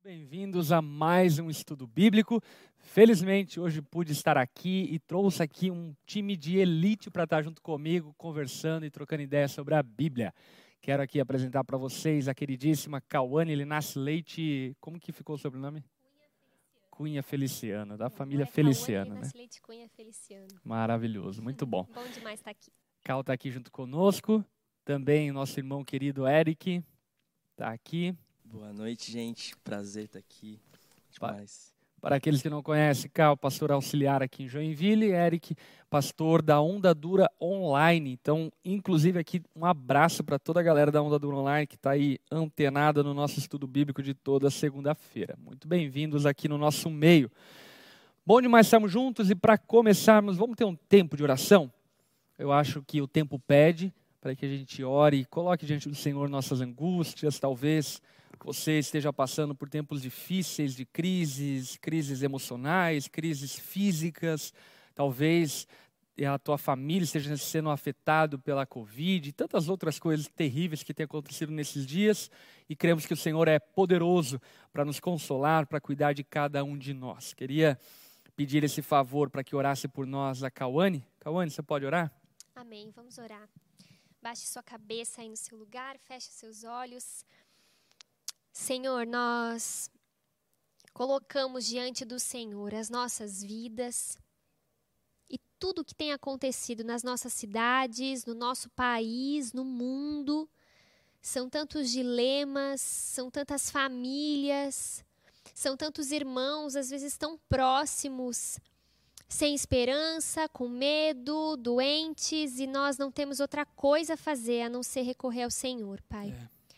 Bem-vindos a mais um estudo bíblico. Felizmente, hoje pude estar aqui e trouxe aqui um time de elite para estar junto comigo, conversando e trocando ideias sobre a Bíblia. Quero aqui apresentar para vocês a queridíssima Cauane Linassi Leite. Como que ficou o sobrenome? Cunha Feliciano, da família Feliciano, né? Linassi Leite Cunha Feliciano. Maravilhoso, muito bom. Bom demais estar aqui. Cal está aqui junto conosco. Também nosso irmão querido Eric está aqui. Boa noite, gente. Prazer estar aqui. Demais. Para aqueles que não conhecem, Cal, pastor auxiliar aqui em Joinville, Eric, pastor da Onda Dura Online. Então, inclusive aqui, um abraço para toda a galera da Onda Dura Online que está aí antenada no nosso estudo bíblico de toda segunda-feira. Muito bem-vindos aqui no nosso meio. Bom demais estarmos juntos e para começarmos, vamos ter um tempo de oração? Eu acho que o tempo pede para que a gente ore e coloque diante do Senhor nossas angústias, talvez você esteja passando por tempos difíceis de crises emocionais, crises físicas, talvez a tua família esteja sendo afetada pela Covid e tantas outras coisas terríveis que têm acontecido nesses dias e cremos que o Senhor é poderoso para nos consolar, para cuidar de cada um de nós. Queria pedir esse favor para que orasse por nós a Cauane. Cauane, você pode orar? Amém. Vamos orar. Baixe sua cabeça aí no seu lugar, feche seus olhos. Senhor, nós colocamos diante do Senhor as nossas vidas e tudo que tem acontecido nas nossas cidades, no nosso país, no mundo. São tantos dilemas, são tantas famílias, são tantos irmãos, às vezes tão próximos, sem esperança, com medo, doentes, e nós não temos outra coisa a fazer a não ser recorrer ao Senhor, Pai.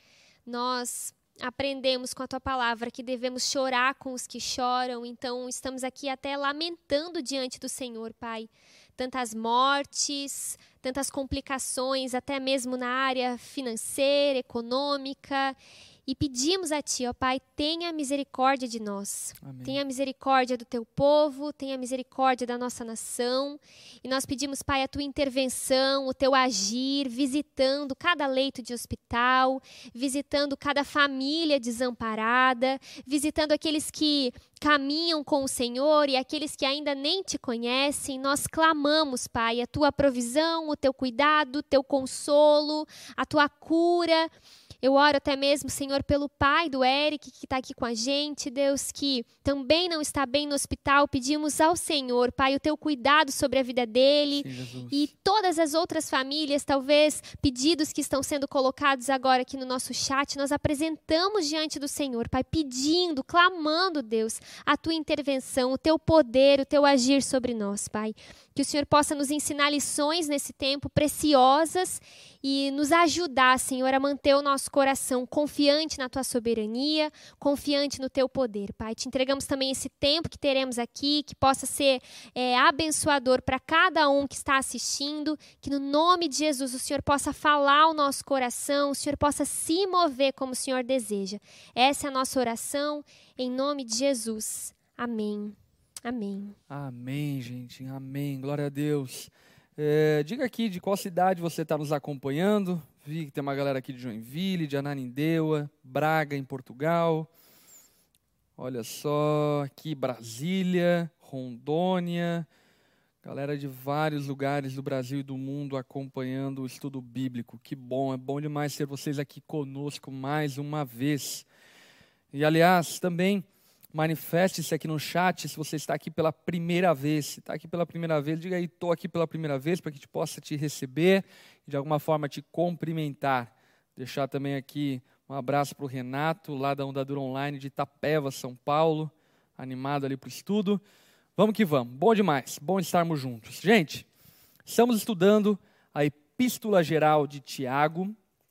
Nós aprendemos com a Tua palavra que devemos chorar com os que choram, então estamos aqui até lamentando diante do Senhor, Pai. Tantas mortes, tantas complicações, até mesmo na área financeira, econômica. E pedimos a Ti, ó Pai, tenha misericórdia de nós. Amém. Tenha misericórdia do Teu povo, tenha misericórdia da nossa nação. E nós pedimos, Pai, a Tua intervenção, o Teu agir, visitando cada leito de hospital, visitando cada família desamparada, visitando aqueles que caminham com o Senhor e aqueles que ainda nem Te conhecem. Nós clamamos, Pai, a Tua provisão, o Teu cuidado, o Teu consolo, a Tua cura. Eu oro até mesmo, Senhor, pelo pai do Eric, que está aqui com a gente, Deus, que também não está bem no hospital. Pedimos ao Senhor, Pai, o Teu cuidado sobre a vida dele. Sim, e todas as outras famílias, talvez pedidos que estão sendo colocados agora aqui no nosso chat, nós apresentamos diante do Senhor, Pai, pedindo, clamando, Deus, a Tua intervenção, o Teu poder, o Teu agir sobre nós, Pai. Que o Senhor possa nos ensinar lições nesse tempo preciosas e nos ajudar, Senhor, a manter o nosso coração confiante na Tua soberania, confiante no Teu poder, Pai. Te entregamos também esse tempo que teremos aqui, que possa ser abençoador para cada um que está assistindo, que no nome de Jesus o Senhor possa falar ao nosso coração, o Senhor possa se mover como o Senhor deseja. Essa é a nossa oração, em nome de Jesus. Amém. Amém. Amém, gente. Amém. Glória a Deus. Diga aqui de qual cidade você está nos acompanhando. Vi que tem uma galera aqui de Joinville, de Ananindeua, Braga, em Portugal. Olha só, aqui Brasília, Rondônia. Galera de vários lugares do Brasil e do mundo acompanhando o estudo bíblico. Que bom, é bom demais ter vocês aqui conosco mais uma vez. E, aliás, também manifeste-se aqui no chat se você está aqui pela primeira vez. Se está aqui pela primeira vez, diga aí, estou aqui pela primeira vez, para que a gente possa te receber e de alguma forma te cumprimentar. Deixar também aqui um abraço para o Renato, lá da Onda Dura Online de Itapeva, São Paulo, animado ali para o estudo. Vamos que vamos, bom demais, bom estarmos juntos. Gente, estamos estudando a Epístola Geral de Tiago,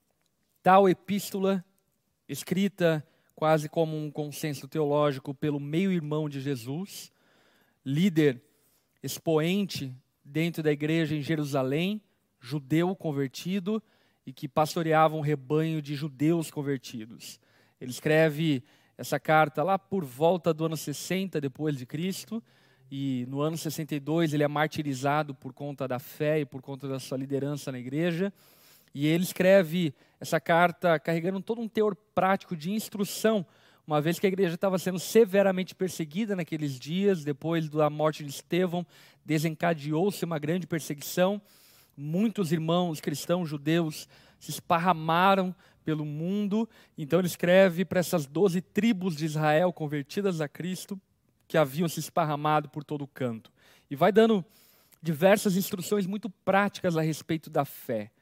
tal epístola escrita quase como um consenso teológico pelo meio-irmão de Jesus, líder, expoente dentro da igreja em Jerusalém, judeu convertido e que pastoreava um rebanho de judeus convertidos. Ele escreve essa carta lá por volta do ano 60 depois de Cristo, e no ano 62 ele é martirizado por conta da fé e por conta da sua liderança na igreja. E ele escreve essa carta carregando todo um teor prático de instrução uma vez que a igreja estava sendo severamente perseguida naqueles dias. Depois da morte de Estevão, desencadeou-se uma grande perseguição. Muitos irmãos cristãos judeus se esparramaram pelo mundo. Então ele escreve para essas 12 tribos de Israel convertidas a Cristo, que haviam se esparramado por todo o canto. E vai dando diversas instruções muito práticas a respeito da fé.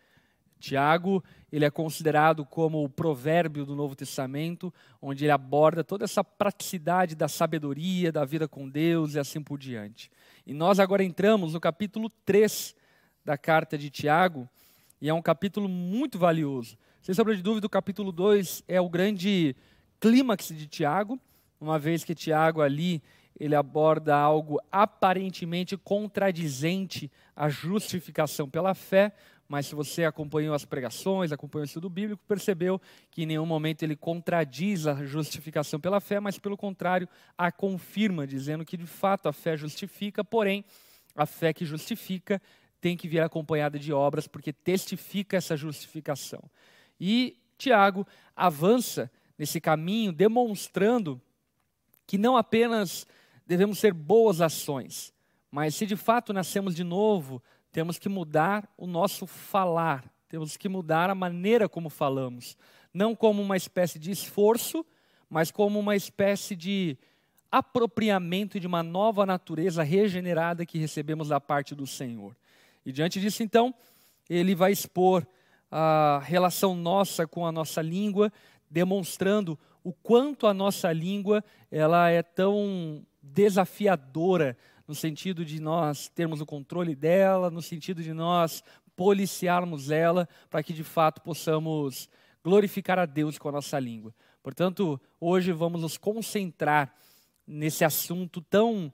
Tiago, ele é considerado como o provérbio do Novo Testamento, onde ele aborda toda essa praticidade da sabedoria, da vida com Deus e assim por diante. E nós agora entramos no capítulo 3 da carta de Tiago, e é um capítulo muito valioso. Sem sombra de dúvida, o capítulo 2 é o grande clímax de Tiago, uma vez que Tiago ali, ele aborda algo aparentemente contradizente à justificação pela fé, mas se você acompanhou as pregações, acompanhou o estudo bíblico, percebeu que em nenhum momento ele contradiz a justificação pela fé, mas pelo contrário, a confirma, dizendo que de fato a fé justifica, porém a fé que justifica tem que vir acompanhada de obras, porque testifica essa justificação. E Tiago avança nesse caminho, demonstrando que não apenas devemos ter boas ações, mas se de fato nascemos de novo, temos que mudar o nosso falar, temos que mudar a maneira como falamos, não como uma espécie de esforço, mas como uma espécie de apropriamento de uma nova natureza regenerada que recebemos da parte do Senhor. E diante disso, então, ele vai expor a relação nossa com a nossa língua, demonstrando o quanto a nossa língua ela é tão desafiadora, no sentido de nós termos o controle dela, no sentido de nós policiarmos ela, para que de fato possamos glorificar a Deus com a nossa língua. Portanto, hoje vamos nos concentrar nesse assunto tão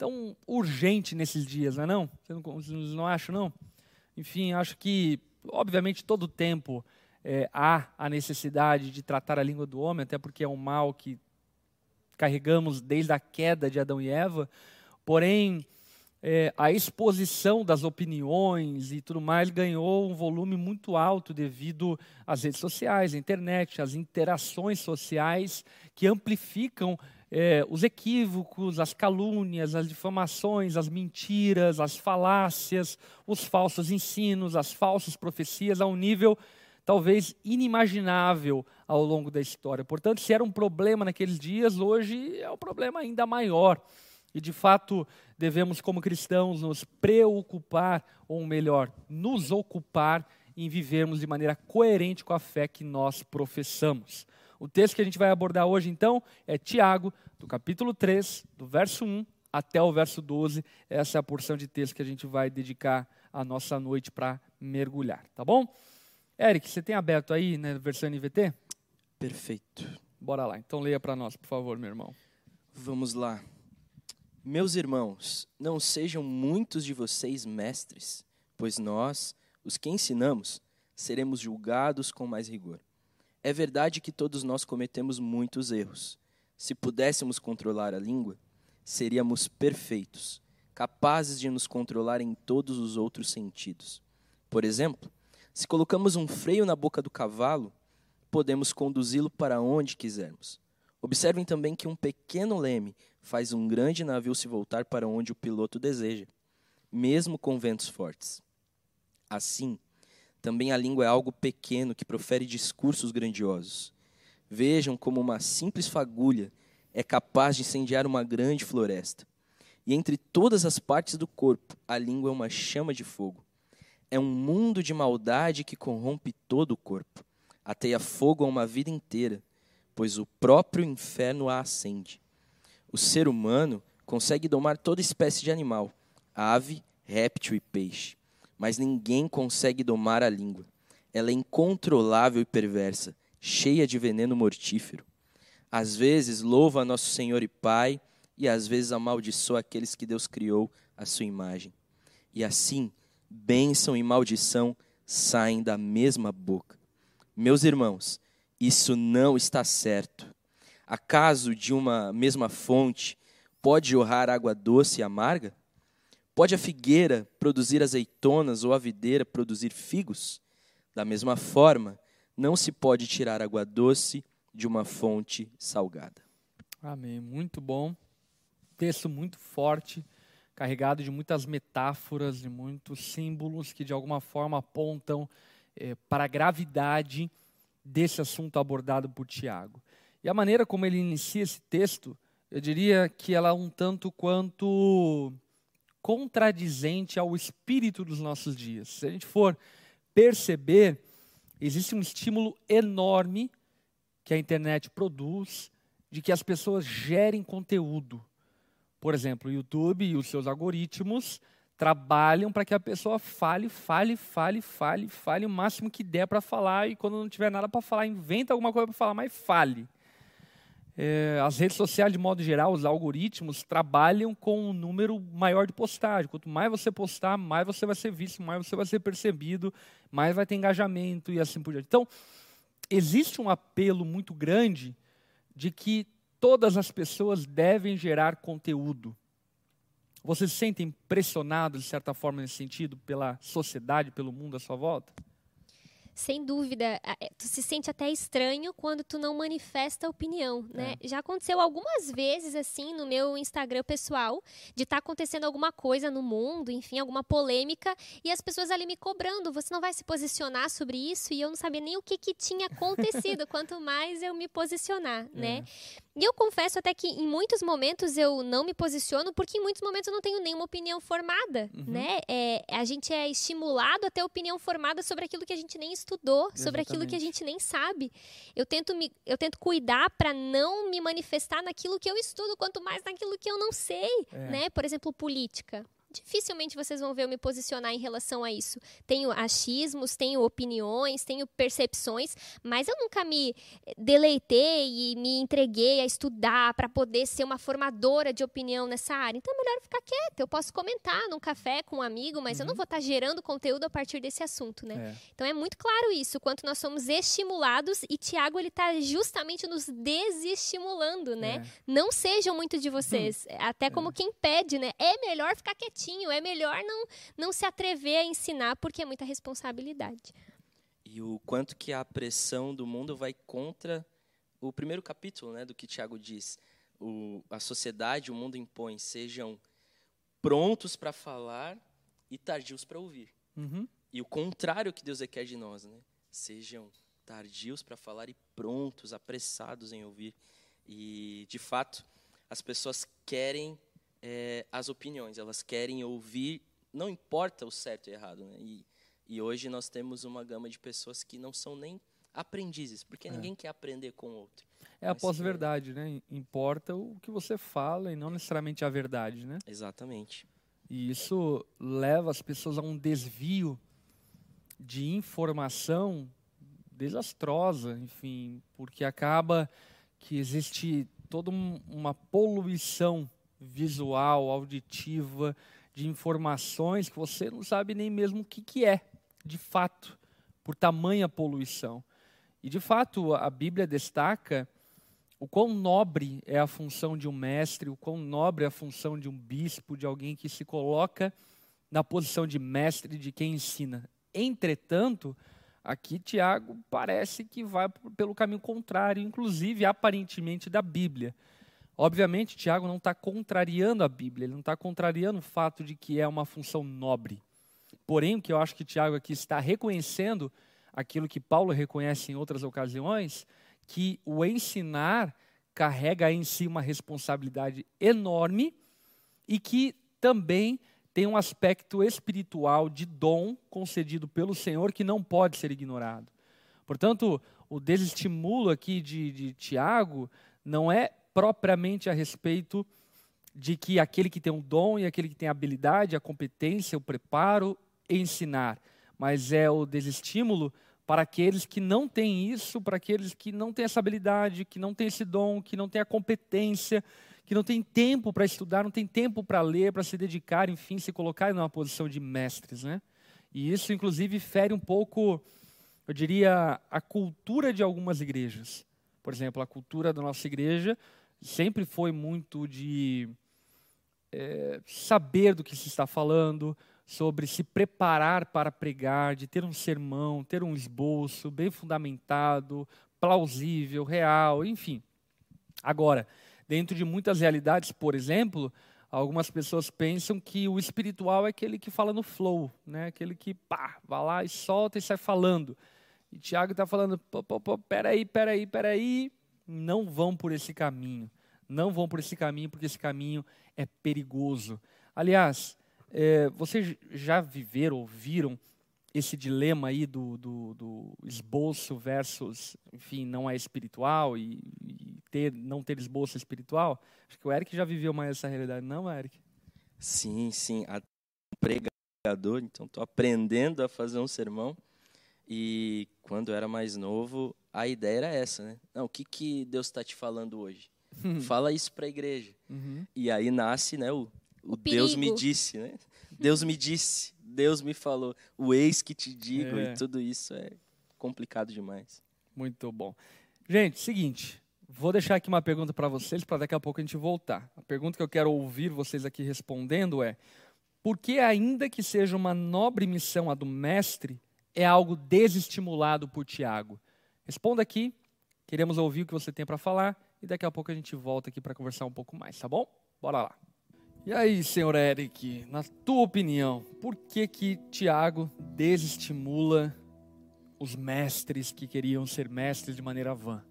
urgente nesses dias, não é não? Vocês não acham, não? Enfim, acho que, obviamente, todo o tempo há a necessidade de tratar a língua do homem, até porque é um mal que carregamos desde a queda de Adão e Eva. Porém, a exposição das opiniões e tudo mais ganhou um volume muito alto devido às redes sociais, à internet, às interações sociais que amplificam os equívocos, as calúnias, as difamações, as mentiras, as falácias, os falsos ensinos, as falsas profecias a um nível talvez inimaginável ao longo da história. Portanto, se era um problema naqueles dias, hoje é um problema ainda maior. E, de fato, devemos, como cristãos, nos preocupar, ou melhor, nos ocupar em vivermos de maneira coerente com a fé que nós professamos. O texto que a gente vai abordar hoje, então, é Tiago, do capítulo 3, do verso 1 até o verso 12. Essa é a porção de texto que a gente vai dedicar a nossa noite para mergulhar, tá bom? Eric, você tem aberto aí, né, versão NVT? Perfeito. Bora lá, então leia para nós, por favor, meu irmão. Vamos lá. Meus irmãos, não sejam muitos de vocês mestres, pois nós, os que ensinamos, seremos julgados com mais rigor. É verdade que todos nós cometemos muitos erros. Se pudéssemos controlar a língua, seríamos perfeitos, capazes de nos controlar em todos os outros sentidos. Por exemplo, se colocamos um freio na boca do cavalo, podemos conduzi-lo para onde quisermos. Observem também que um pequeno leme faz um grande navio se voltar para onde o piloto deseja, mesmo com ventos fortes. Assim, também a língua é algo pequeno que profere discursos grandiosos. Vejam como uma simples fagulha é capaz de incendiar uma grande floresta. E entre todas as partes do corpo, a língua é uma chama de fogo. É um mundo de maldade que corrompe todo o corpo. Ateia fogo a uma vida inteira, pois o próprio inferno a acende. O ser humano consegue domar toda espécie de animal, ave, réptil e peixe, mas ninguém consegue domar a língua. Ela é incontrolável e perversa, cheia de veneno mortífero. Às vezes louva a nosso Senhor e Pai, e às vezes amaldiçoa aqueles que Deus criou à sua imagem. E assim, bênção e maldição saem da mesma boca. Meus irmãos, isso não está certo. Acaso de uma mesma fonte pode jorrar água doce e amarga? Pode a figueira produzir azeitonas ou a videira produzir figos? Da mesma forma, não se pode tirar água doce de uma fonte salgada. Amém. Muito bom. Texto muito forte, carregado de muitas metáforas, de muitos símbolos que de alguma forma apontam para a gravidade desse assunto abordado por Tiago. E a maneira como ele inicia esse texto, eu diria que ela é um tanto quanto contradizente ao espírito dos nossos dias. Se a gente for perceber, existe um estímulo enorme que a internet produz de que as pessoas gerem conteúdo. Por exemplo, o YouTube e os seus algoritmos trabalham para que a pessoa fale o máximo que der para falar, e quando não tiver nada para falar, inventa alguma coisa para falar, mas fale. As redes sociais, de modo geral, os algoritmos trabalham com um número maior de postagem. Quanto mais você postar, mais você vai ser visto, mais você vai ser percebido, mais vai ter engajamento e assim por diante. Então, existe um apelo muito grande de que todas as pessoas devem gerar conteúdo. Você se sente impressionado, de certa forma, nesse sentido, pela sociedade, pelo mundo à sua volta? Sem dúvida, tu se sente até estranho quando tu não manifesta opinião, né? Já aconteceu algumas vezes, assim, no meu Instagram pessoal, de estar acontecendo alguma coisa no mundo, enfim, alguma polêmica, e as pessoas ali me cobrando, você não vai se posicionar sobre isso? E eu não sabia nem o que tinha acontecido, quanto mais eu me posicionar, né? E eu confesso até que em muitos momentos eu não me posiciono, porque em muitos momentos eu não tenho nenhuma opinião formada, né? A gente é estimulado a ter opinião formada sobre aquilo que a gente nem estudou, sobre aquilo que a gente nem sabe. Eu tento cuidar para não me manifestar naquilo que eu estudo, quanto mais naquilo que eu não sei, né? Por exemplo, política. Dificilmente vocês vão ver eu me posicionar em relação a isso. Tenho achismos, tenho opiniões, tenho percepções, mas eu nunca me deleitei e me entreguei a estudar para poder ser uma formadora de opinião nessa área. Então é melhor ficar quieta. Eu posso comentar num café com um amigo, mas eu não vou estar gerando conteúdo a partir desse assunto, né? Então é muito claro isso, quanto nós somos estimulados, e Tiago ele está justamente nos desestimulando, né? Não sejam muitos de vocês, até como quem pede, né? É melhor ficar quietinho. É melhor não se atrever a ensinar, porque é muita responsabilidade. E o quanto que a pressão do mundo vai contra o primeiro capítulo, né, do que Tiago diz. A sociedade, o mundo impõe, sejam prontos para falar e tardios para ouvir. E o contrário que Deus requer de nós, né? Sejam tardios para falar e prontos, apressados em ouvir. E, de fato, as pessoas querem as opiniões, elas querem ouvir, não importa o certo e errado, né? E hoje nós temos uma gama de pessoas que não são nem aprendizes, porque ninguém quer aprender com o outro. É a pós-verdade, né? Importa o que você fala e não necessariamente a verdade, né? Exatamente. E isso leva as pessoas a um desvio de informação desastrosa, enfim, porque acaba que existe toda uma poluição visual, auditiva, de informações que você não sabe nem mesmo o que é, de fato, por tamanha poluição. E, de fato, a Bíblia destaca o quão nobre é a função de um mestre, o quão nobre é a função de um bispo, de alguém que se coloca na posição de mestre, de quem ensina. Entretanto, aqui Tiago parece que vai pelo caminho contrário, inclusive, aparentemente, da Bíblia. Obviamente, Tiago não está contrariando a Bíblia, ele não está contrariando o fato de que é uma função nobre. Porém, o que eu acho que Tiago aqui está reconhecendo, aquilo que Paulo reconhece em outras ocasiões, que o ensinar carrega em si uma responsabilidade enorme e que também tem um aspecto espiritual de dom concedido pelo Senhor que não pode ser ignorado. Portanto, o desestimulo aqui de Tiago não é propriamente a respeito de que aquele que tem um dom e aquele que tem a habilidade, a competência, o preparo, ensinar. Mas é o desestímulo para aqueles que não têm isso, para aqueles que não têm essa habilidade, que não têm esse dom, que não têm a competência, que não têm tempo para estudar, não têm tempo para ler, para se dedicar, enfim, se colocar numa posição de mestres, né? E isso, inclusive, fere um pouco, eu diria, a cultura de algumas igrejas. Por exemplo, a cultura da nossa igreja sempre foi muito de saber do que se está falando, sobre se preparar para pregar, de ter um sermão, ter um esboço bem fundamentado, plausível, real, enfim. Agora, dentro de muitas realidades, por exemplo, algumas pessoas pensam que o espiritual é aquele que fala no flow, né? Aquele que vai lá e solta e sai falando. E Tiago está falando, peraí, não vão por esse caminho. Não vão por esse caminho, porque esse caminho é perigoso. Aliás, vocês já viveram, ouviram esse dilema aí do esboço versus, enfim, não é espiritual e não ter esboço espiritual? Acho que o Eric já viveu mais essa realidade, não, Eric? Sim. Pregador, então estou aprendendo a fazer um sermão. E quando eu era mais novo, a ideia era essa, né? Não, o que Deus está te falando hoje? Fala isso para a igreja. Uhum. E aí nasce, né, o Deus me disse, né? Deus me disse, Deus me falou, o eis que te digo, e tudo isso é complicado demais. Muito bom. Gente, seguinte, vou deixar aqui uma pergunta para vocês, para daqui a pouco a gente voltar. A pergunta que eu quero ouvir vocês aqui respondendo é: por que, ainda que seja uma nobre missão a do mestre, é algo desestimulado por Tiago? Responda aqui, queremos ouvir o que você tem para falar, e daqui a pouco a gente volta aqui para conversar um pouco mais, tá bom? Bora lá. E aí, senhor Eric, na tua opinião, por que Tiago desestimula os mestres que queriam ser mestres de maneira vã?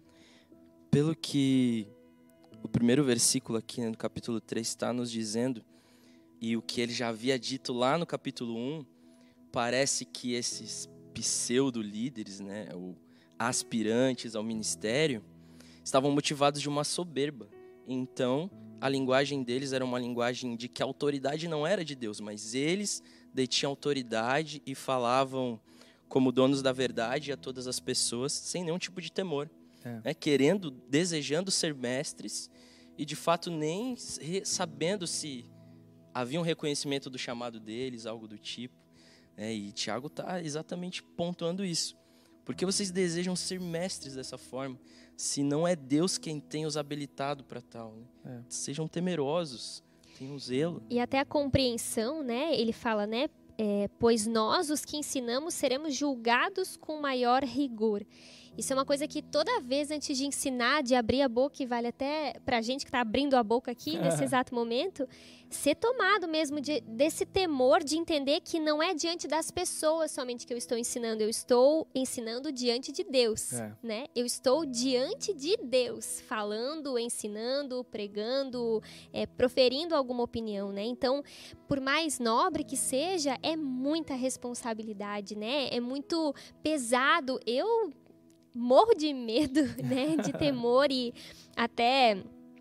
Pelo que o primeiro versículo aqui, né, no capítulo 3 está nos dizendo, e o que ele já havia dito lá no capítulo 1, parece que esses pseudo-líderes, né, ou aspirantes ao ministério, estavam motivados de uma soberba. Então, a linguagem deles era uma linguagem de que a autoridade não era de Deus, mas eles detinham autoridade e falavam como donos da verdade a todas as pessoas, sem nenhum tipo de temor. Né? Desejando ser mestres e, de fato, nem sabendo se havia um reconhecimento do chamado deles, algo do tipo. E Tiago está exatamente pontuando isso. Por que vocês desejam ser mestres dessa forma, se não é Deus quem tem os habilitado para tal? Né? Sejam temerosos, tenham zelo. E até a compreensão, né? Ele fala, né? Pois nós, os que ensinamos, seremos julgados com maior rigor. Isso é uma coisa que toda vez antes de ensinar, de abrir a boca, e vale até para a gente que está abrindo a boca aqui nesse exato momento, ser tomado mesmo desse temor de entender que não é diante das pessoas somente que eu estou ensinando diante de Deus. Né? Eu estou diante de Deus, falando, ensinando, pregando, proferindo alguma opinião. Né? Então, por mais nobre que seja, é muita responsabilidade, né? É muito pesado. Eu morro de medo, né, de temor e até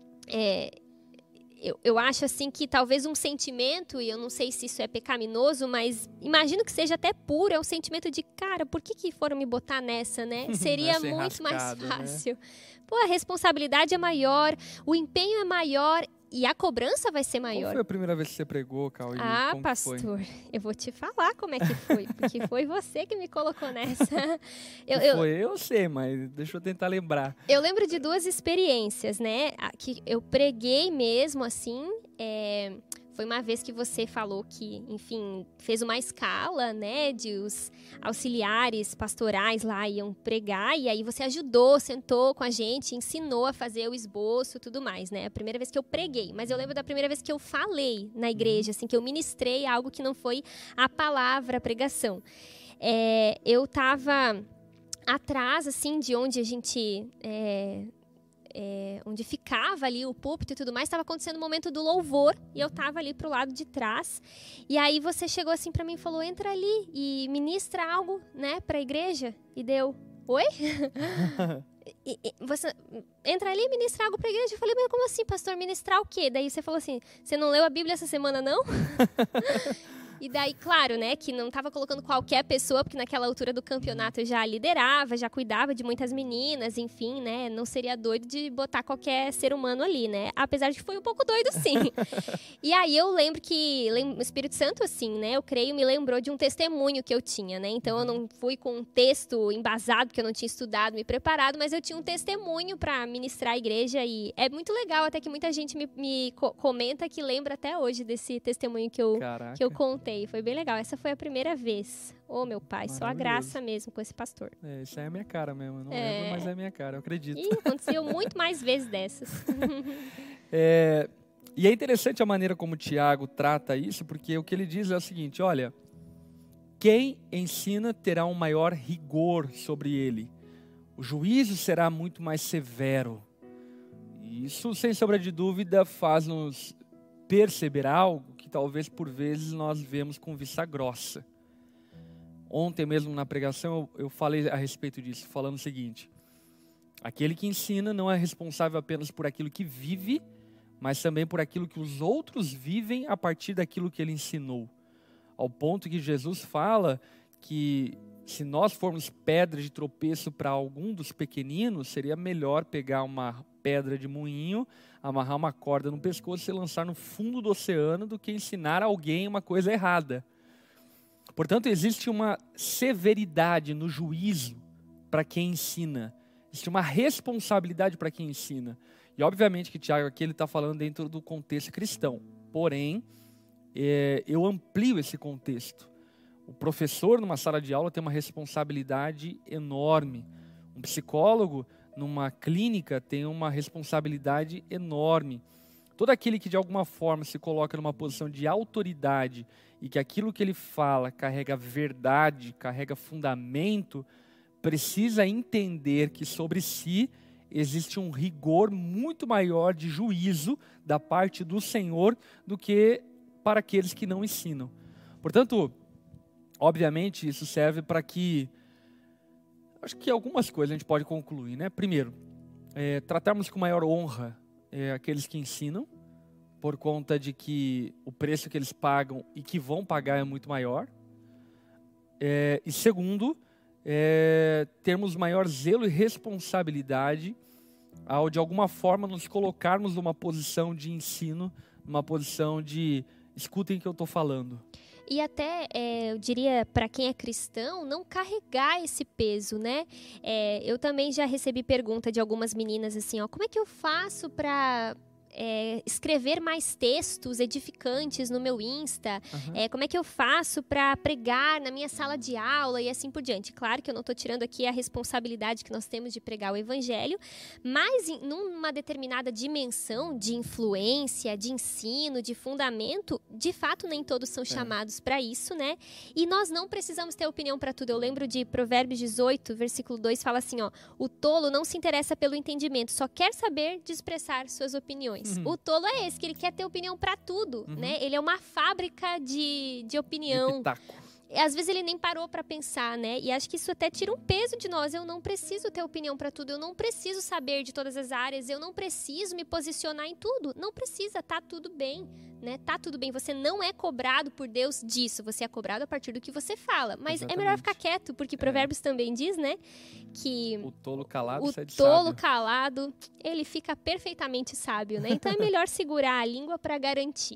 eu acho assim que talvez um sentimento, e eu não sei se isso é pecaminoso, mas imagino que seja até puro, é o sentimento de, cara, por que foram me botar nessa, né? Seria muito mais fácil. Né? Pô, a responsabilidade é maior, o empenho é maior e a cobrança vai ser maior. Qual foi a primeira vez que você pregou, Cal? Pastor, eu vou te falar como é que foi, porque foi você que me colocou nessa. Eu sei, mas deixa eu tentar lembrar. Eu lembro de 2 experiências, né, que eu preguei mesmo, assim, foi uma vez que você falou que, enfim, fez uma escala, né, de os auxiliares pastorais lá iam pregar, e aí você ajudou, sentou com a gente, ensinou a fazer o esboço e tudo mais, né? A primeira vez que eu preguei, mas eu lembro da primeira vez que eu falei na igreja, assim, que eu ministrei algo que não foi a palavra, a pregação. Eu estava atrás, assim, de onde a gente... onde ficava ali o púlpito e tudo mais, estava acontecendo o momento do louvor, e eu estava ali pro lado de trás, e aí você chegou assim para mim e falou, entra ali e ministra algo, né, para a igreja, e deu, oi? Você entra ali e ministra algo para a igreja. Eu falei, mas como assim, pastor, ministrar o quê? Daí você falou assim, você não leu a Bíblia essa semana, não? E daí, claro, né, que não estava colocando qualquer pessoa, porque naquela altura do campeonato eu já liderava, já cuidava de muitas meninas, enfim, né, não seria doido de botar qualquer ser humano ali, né, apesar de que foi um pouco doido, sim. E aí eu lembro que o Espírito Santo, assim, né, eu creio, me lembrou de um testemunho que eu tinha, né, então eu não fui com um texto embasado, porque eu não tinha estudado, me preparado, mas eu tinha um testemunho para ministrar a igreja, e é muito legal, até que muita gente me comenta que lembra até hoje desse testemunho que eu contei. gostei, foi bem legal. Essa foi a primeira vez. Ô, meu pai, só a graça mesmo com esse pastor. Isso aí é a minha cara mesmo. Eu não lembro, mas é a minha cara, eu acredito. E aconteceu muito mais vezes dessas. E é interessante a maneira como o Tiago trata isso, porque o que ele diz é o seguinte: olha, quem ensina terá um maior rigor sobre ele. O juízo será muito mais severo. E isso, sem sombra de dúvida, faz-nos perceber algo que talvez por vezes nós vemos com vista grossa. Ontem mesmo na pregação eu falei a respeito disso, falando o seguinte: aquele que ensina não é responsável apenas por aquilo que vive, mas também por aquilo que os outros vivem a partir daquilo que ele ensinou. Ao ponto que Jesus fala que se nós formos pedra de tropeço para algum dos pequeninos, seria melhor pegar uma pedra de moinho, amarrar uma corda no pescoço e lançar no fundo do oceano do que ensinar alguém uma coisa errada. Portanto, existe uma severidade no juízo para quem ensina. Existe uma responsabilidade para quem ensina. E obviamente que Tiago aqui está falando dentro do contexto cristão. Porém, eu amplio esse contexto. O professor numa sala de aula tem uma responsabilidade enorme. Um psicólogo numa clínica tem uma responsabilidade enorme. Todo aquele que de alguma forma se coloca numa posição de autoridade e que aquilo que ele fala carrega verdade, carrega fundamento, precisa entender que sobre si existe um rigor muito maior de juízo da parte do Senhor do que para aqueles que não ensinam. Portanto, obviamente, isso serve para que, acho que algumas coisas a gente pode concluir, né? Primeiro, tratarmos com maior honra aqueles que ensinam, por conta de que o preço que eles pagam e que vão pagar é muito maior. E segundo, termos maior zelo e responsabilidade ao, de alguma forma, nos colocarmos numa posição de ensino, numa posição de escutem o que eu estou falando. E até, eu diria, para quem é cristão, não carregar esse peso, né? Eu também já recebi pergunta de algumas meninas assim, ó, como é que eu faço para escrever mais textos edificantes no meu Insta? Como é que eu faço para pregar na minha sala de aula e assim por diante? Claro que eu não estou tirando aqui a responsabilidade que nós temos de pregar o evangelho, mas numa determinada dimensão de influência, de ensino, de fundamento, de fato nem todos são chamados para isso, né? E nós não precisamos ter opinião para tudo. Eu lembro de Provérbios 18, versículo 2, fala assim, ó, o tolo não se interessa pelo entendimento, só quer saber de expressar suas opiniões. O tolo é esse, que ele quer ter opinião para tudo, né? Ele é uma fábrica de opinião. De pitaco. Às vezes ele nem parou para pensar, né? E acho que isso até tira um peso de nós. Eu não preciso ter opinião para tudo, eu não preciso saber de todas as áreas, eu não preciso me posicionar em tudo. Não precisa, tá tudo bem, né? Tá tudo bem, você não é cobrado por Deus disso, você é cobrado a partir do que você fala. Mas Exatamente. É melhor ficar quieto, porque Provérbios também diz, né? Que o tolo calado sai de sábio. O tolo sábio. calado, ele fica perfeitamente sábio, né? Então é melhor segurar a língua para garantir.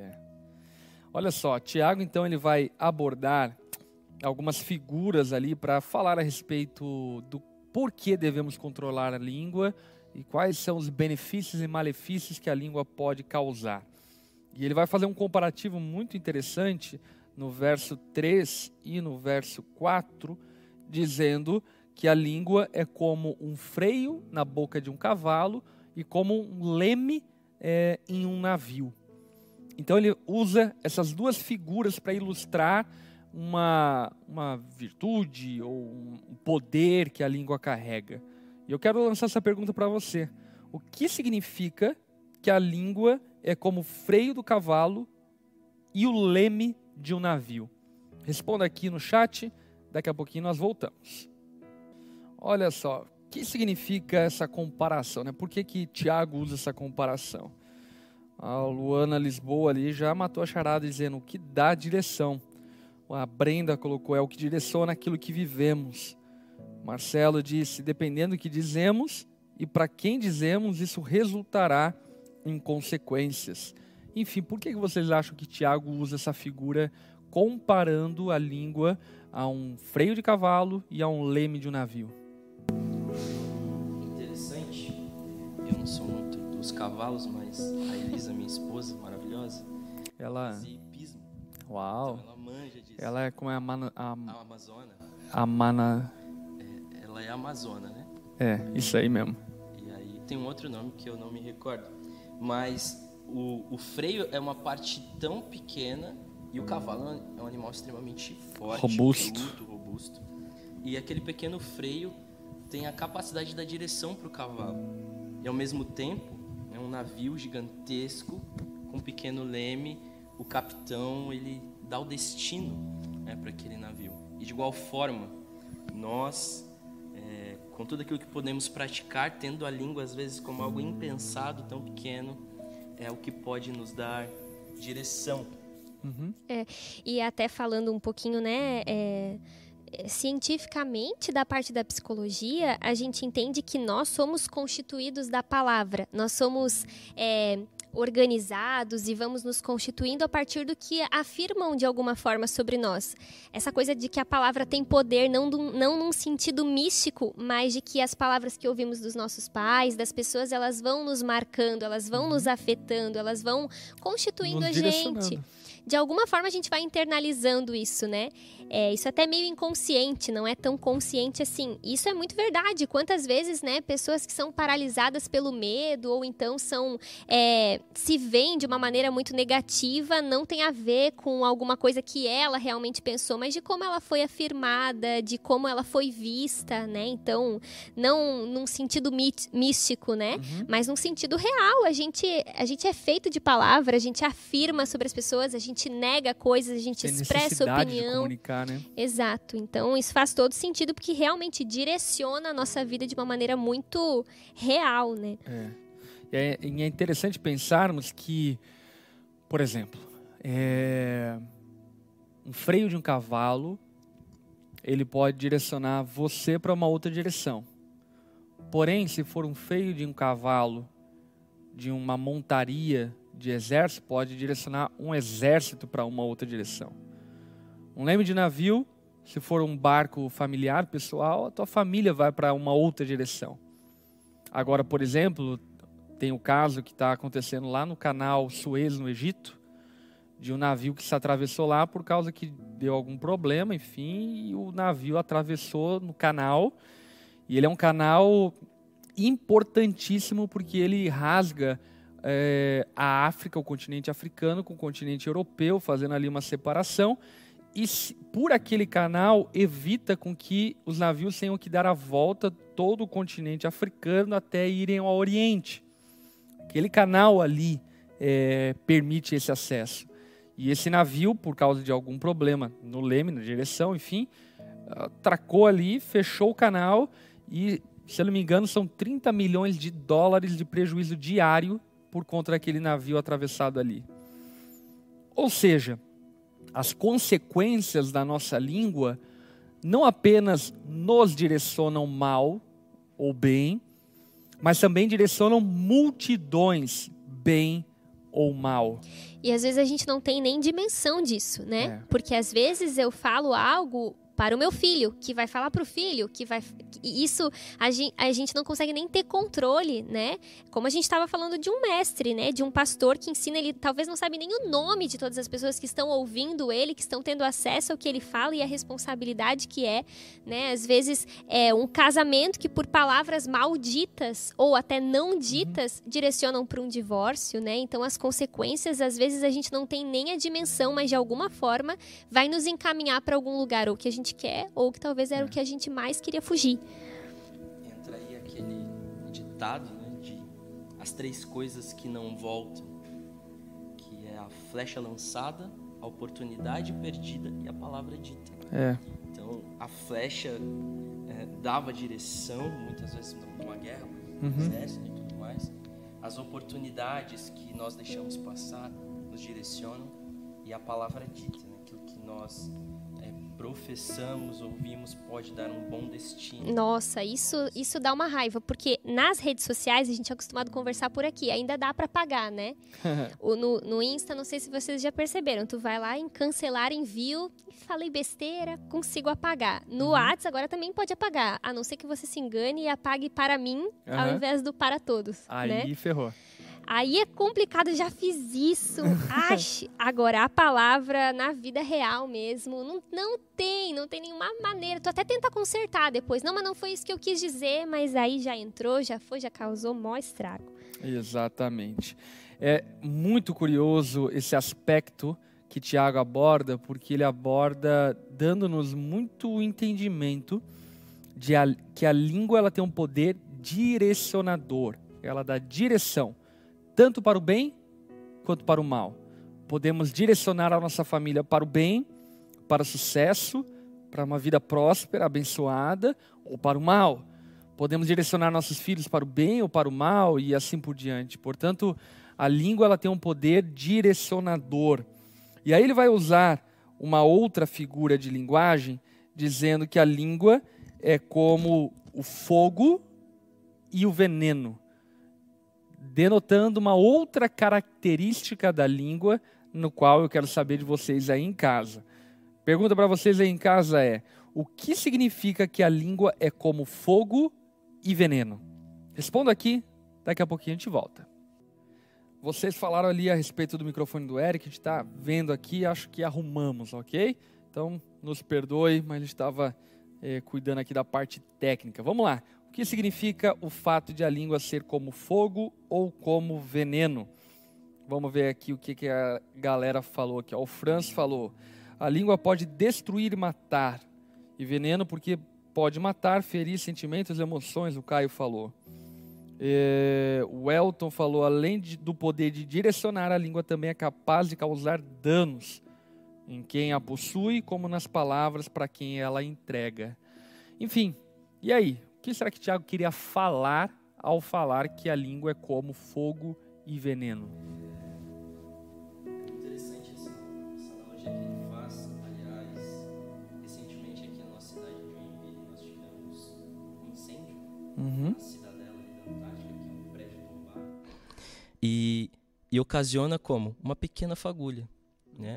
Olha só, Tiago então ele vai abordar algumas figuras ali para falar a respeito do porquê devemos controlar a língua e quais são os benefícios e malefícios que a língua pode causar. E ele vai fazer um comparativo muito interessante no verso 3 e no verso 4, dizendo que a língua é como um freio na boca de um cavalo e como um leme em um navio. Então ele usa essas duas figuras para ilustrar uma virtude ou um poder que a língua carrega. E eu quero lançar essa pergunta para você. O que significa que a língua é como o freio do cavalo e o leme de um navio? Responda aqui no chat, daqui a pouquinho nós voltamos. Olha só, o que significa essa comparação, né? Por que Tiago usa essa comparação? A Luana Lisboa ali já matou a charada dizendo o que dá direção. A Brenda colocou, é o que direciona aquilo que vivemos. Marcelo disse, dependendo do que dizemos e para quem dizemos, isso resultará em consequências. Enfim, por que vocês acham que Tiago usa essa figura comparando a língua a um freio de cavalo e a um leme de um navio? Interessante. Eu não sou muito dos cavalos, mas a Elisa, minha esposa, maravilhosa, Ela... fazia hipismo. Uau. Então ela manja disso. Ela é como é A Amazona, ela é Amazona, né? Isso aí mesmo. E aí tem um outro nome que eu não me recordo. Mas o freio é uma parte tão pequena e o cavalo é um animal extremamente forte, robusto. bruto, robusto. E aquele pequeno freio tem a capacidade de dar direção para o cavalo. E ao mesmo tempo, é um navio gigantesco com um pequeno leme. O capitão, ele dá o destino, né, para aquele navio. E de igual forma, nós, com tudo aquilo que podemos praticar, tendo a língua às vezes como algo impensado, tão pequeno, é o que pode nos dar direção. E até falando um pouquinho, né, cientificamente, da parte da psicologia, a gente entende que nós somos constituídos da palavra. Nós somos organizados e vamos nos constituindo a partir do que afirmam de alguma forma sobre nós. Essa coisa de que a palavra tem poder, não num sentido místico, mas de que as palavras que ouvimos dos nossos pais, das pessoas, elas vão nos marcando, elas vão nos afetando, elas vão constituindo a gente. De alguma forma a gente vai internalizando isso, né? Isso é até meio inconsciente, não é tão consciente assim. Isso é muito verdade. Quantas vezes, né, pessoas que são paralisadas pelo medo ou então se veem de uma maneira muito negativa, não tem a ver com alguma coisa que ela realmente pensou, mas de como ela foi afirmada, de como ela foi vista, né? Então, não num sentido místico, né? Mas num sentido real. A gente é feito de palavra, a gente afirma sobre as pessoas, a gente nega coisas, a gente expressa opinião. De comunicar, né? Exato. Então, isso faz todo sentido porque realmente direciona a nossa vida de uma maneira muito real, né? E é interessante pensarmos que, por exemplo, um freio de um cavalo, ele pode direcionar você para uma outra direção. Porém, se for um freio de um cavalo, de uma montaria de exército, pode direcionar um exército para uma outra direção. Um leme de navio, se for um barco familiar, pessoal, a tua família vai para uma outra direção. Agora, por exemplo, tem o caso que está acontecendo lá no canal Suez, no Egito, de um navio que se atravessou lá por causa que deu algum problema, enfim, e o navio atravessou no canal. E ele é um canal importantíssimo porque ele rasga a África, o continente africano com o continente europeu, fazendo ali uma separação. E por aquele canal evita com que os navios tenham que dar a volta todo o continente africano até irem ao Oriente. Aquele canal ali permite esse acesso. E esse navio, por causa de algum problema no leme, na direção, enfim, atracou ali, fechou o canal e, se eu não me engano, são 30 milhões de dólares de prejuízo diário por conta daquele navio atravessado ali. Ou seja, as consequências da nossa língua não apenas nos direcionam mal ou bem, mas também direcionam multidões bem ou mal. E às vezes a gente não tem nem dimensão disso, né? Porque às vezes eu falo algo para o meu filho, que vai falar para o filho, isso a gente não consegue nem ter controle, né? Como a gente estava falando de um mestre, né? De um pastor que ensina, ele talvez não sabe nem o nome de todas as pessoas que estão ouvindo ele, que estão tendo acesso ao que ele fala e a responsabilidade que né? Às vezes um casamento que por palavras malditas ou até não ditas direcionam para um divórcio, né? Então as consequências, às vezes a gente não tem nem a dimensão, mas de alguma forma vai nos encaminhar para algum lugar ou que a gente quer, ou que talvez era o que a gente mais queria fugir. Entra aí aquele ditado, né, de as 3 coisas que não voltam, que é a flecha lançada, a oportunidade perdida e a palavra dita. Então, a flecha dava direção, muitas vezes numa guerra, no exército e tudo mais. As oportunidades que nós deixamos passar nos direcionam, e a palavra dita, né, aquilo que nós professamos, ouvimos, pode dar um bom destino. Nossa, isso dá uma raiva, porque nas redes sociais, a gente é acostumado a conversar por aqui, ainda dá para pagar, né? No Insta, não sei se vocês já perceberam, tu vai lá em cancelar envio, falei besteira, consigo apagar. No WhatsApp agora também pode apagar, a não ser que você se engane e apague para mim, ao invés do para todos. Aí né? ferrou. Aí é complicado, já fiz isso. Agora, a palavra na vida real mesmo, não tem nenhuma maneira. Tu até tenta consertar depois. Não, mas não foi isso que eu quis dizer, mas aí já entrou, já foi, já causou maior estrago. Exatamente. É muito curioso esse aspecto que Tiago aborda, porque ele aborda dando-nos muito entendimento de que a língua ela tem um poder direcionador. Ela dá direção, tanto para o bem quanto para o mal. Podemos direcionar a nossa família para o bem, para o sucesso, para uma vida próspera, abençoada, ou para o mal. Podemos direcionar nossos filhos para o bem ou para o mal e assim por diante. Portanto, a língua ela tem um poder direcionador. E aí ele vai usar uma outra figura de linguagem, dizendo que a língua é como o fogo e o veneno, denotando uma outra característica da língua, no qual eu quero saber de vocês aí em casa. Pergunta para vocês aí em casa é: o que significa que a língua é como fogo e veneno? Responda aqui, daqui a pouquinho a gente volta. Vocês falaram ali a respeito do microfone do Eric, a gente está vendo aqui, acho que arrumamos, ok? Então, nos perdoe, mas a gente estava cuidando aqui da parte técnica. Vamos lá. O que significa o fato de a língua ser como fogo ou como veneno? Vamos ver aqui o que a galera falou aqui. O Franz falou: a língua pode destruir e matar. E veneno porque pode matar, ferir sentimentos e emoções, o Caio falou. O Elton falou: além do poder de direcionar, a língua também é capaz de causar danos em quem a possui, como nas palavras para quem ela entrega. Enfim, e aí? O que será que Tiago queria falar ao falar que a língua é como fogo e veneno? Interessante essa analogia que ele faz. Aliás, recentemente aqui na nossa cidade de Joinville, nós tivemos um incêndio na Cidadela da Antártica, que é um prédio tombado. E ocasiona como? Uma pequena fagulha, né?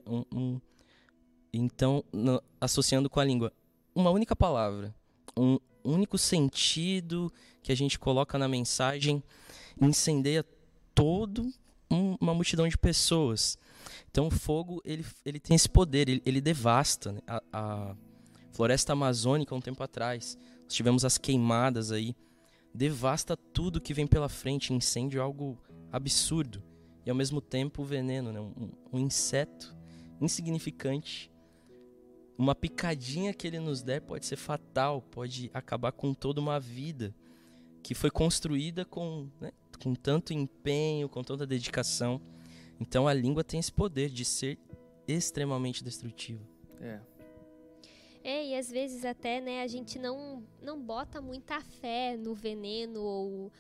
Então, associando com a língua, uma única palavra, um único sentido que a gente coloca na mensagem incendeia toda uma multidão de pessoas. Então o fogo ele tem esse poder, ele devasta, né? A floresta amazônica, um tempo atrás, nós tivemos as queimadas aí, devasta tudo que vem pela frente. Incêndio é algo absurdo e ao mesmo tempo o veneno, né? Um inseto insignificante, uma picadinha que ele nos der pode ser fatal, pode acabar com toda uma vida que foi construída com tanto empenho, com tanta dedicação. Então a língua tem esse poder de ser extremamente destrutiva. E às vezes até, né, a gente não bota muita fé no veneno ou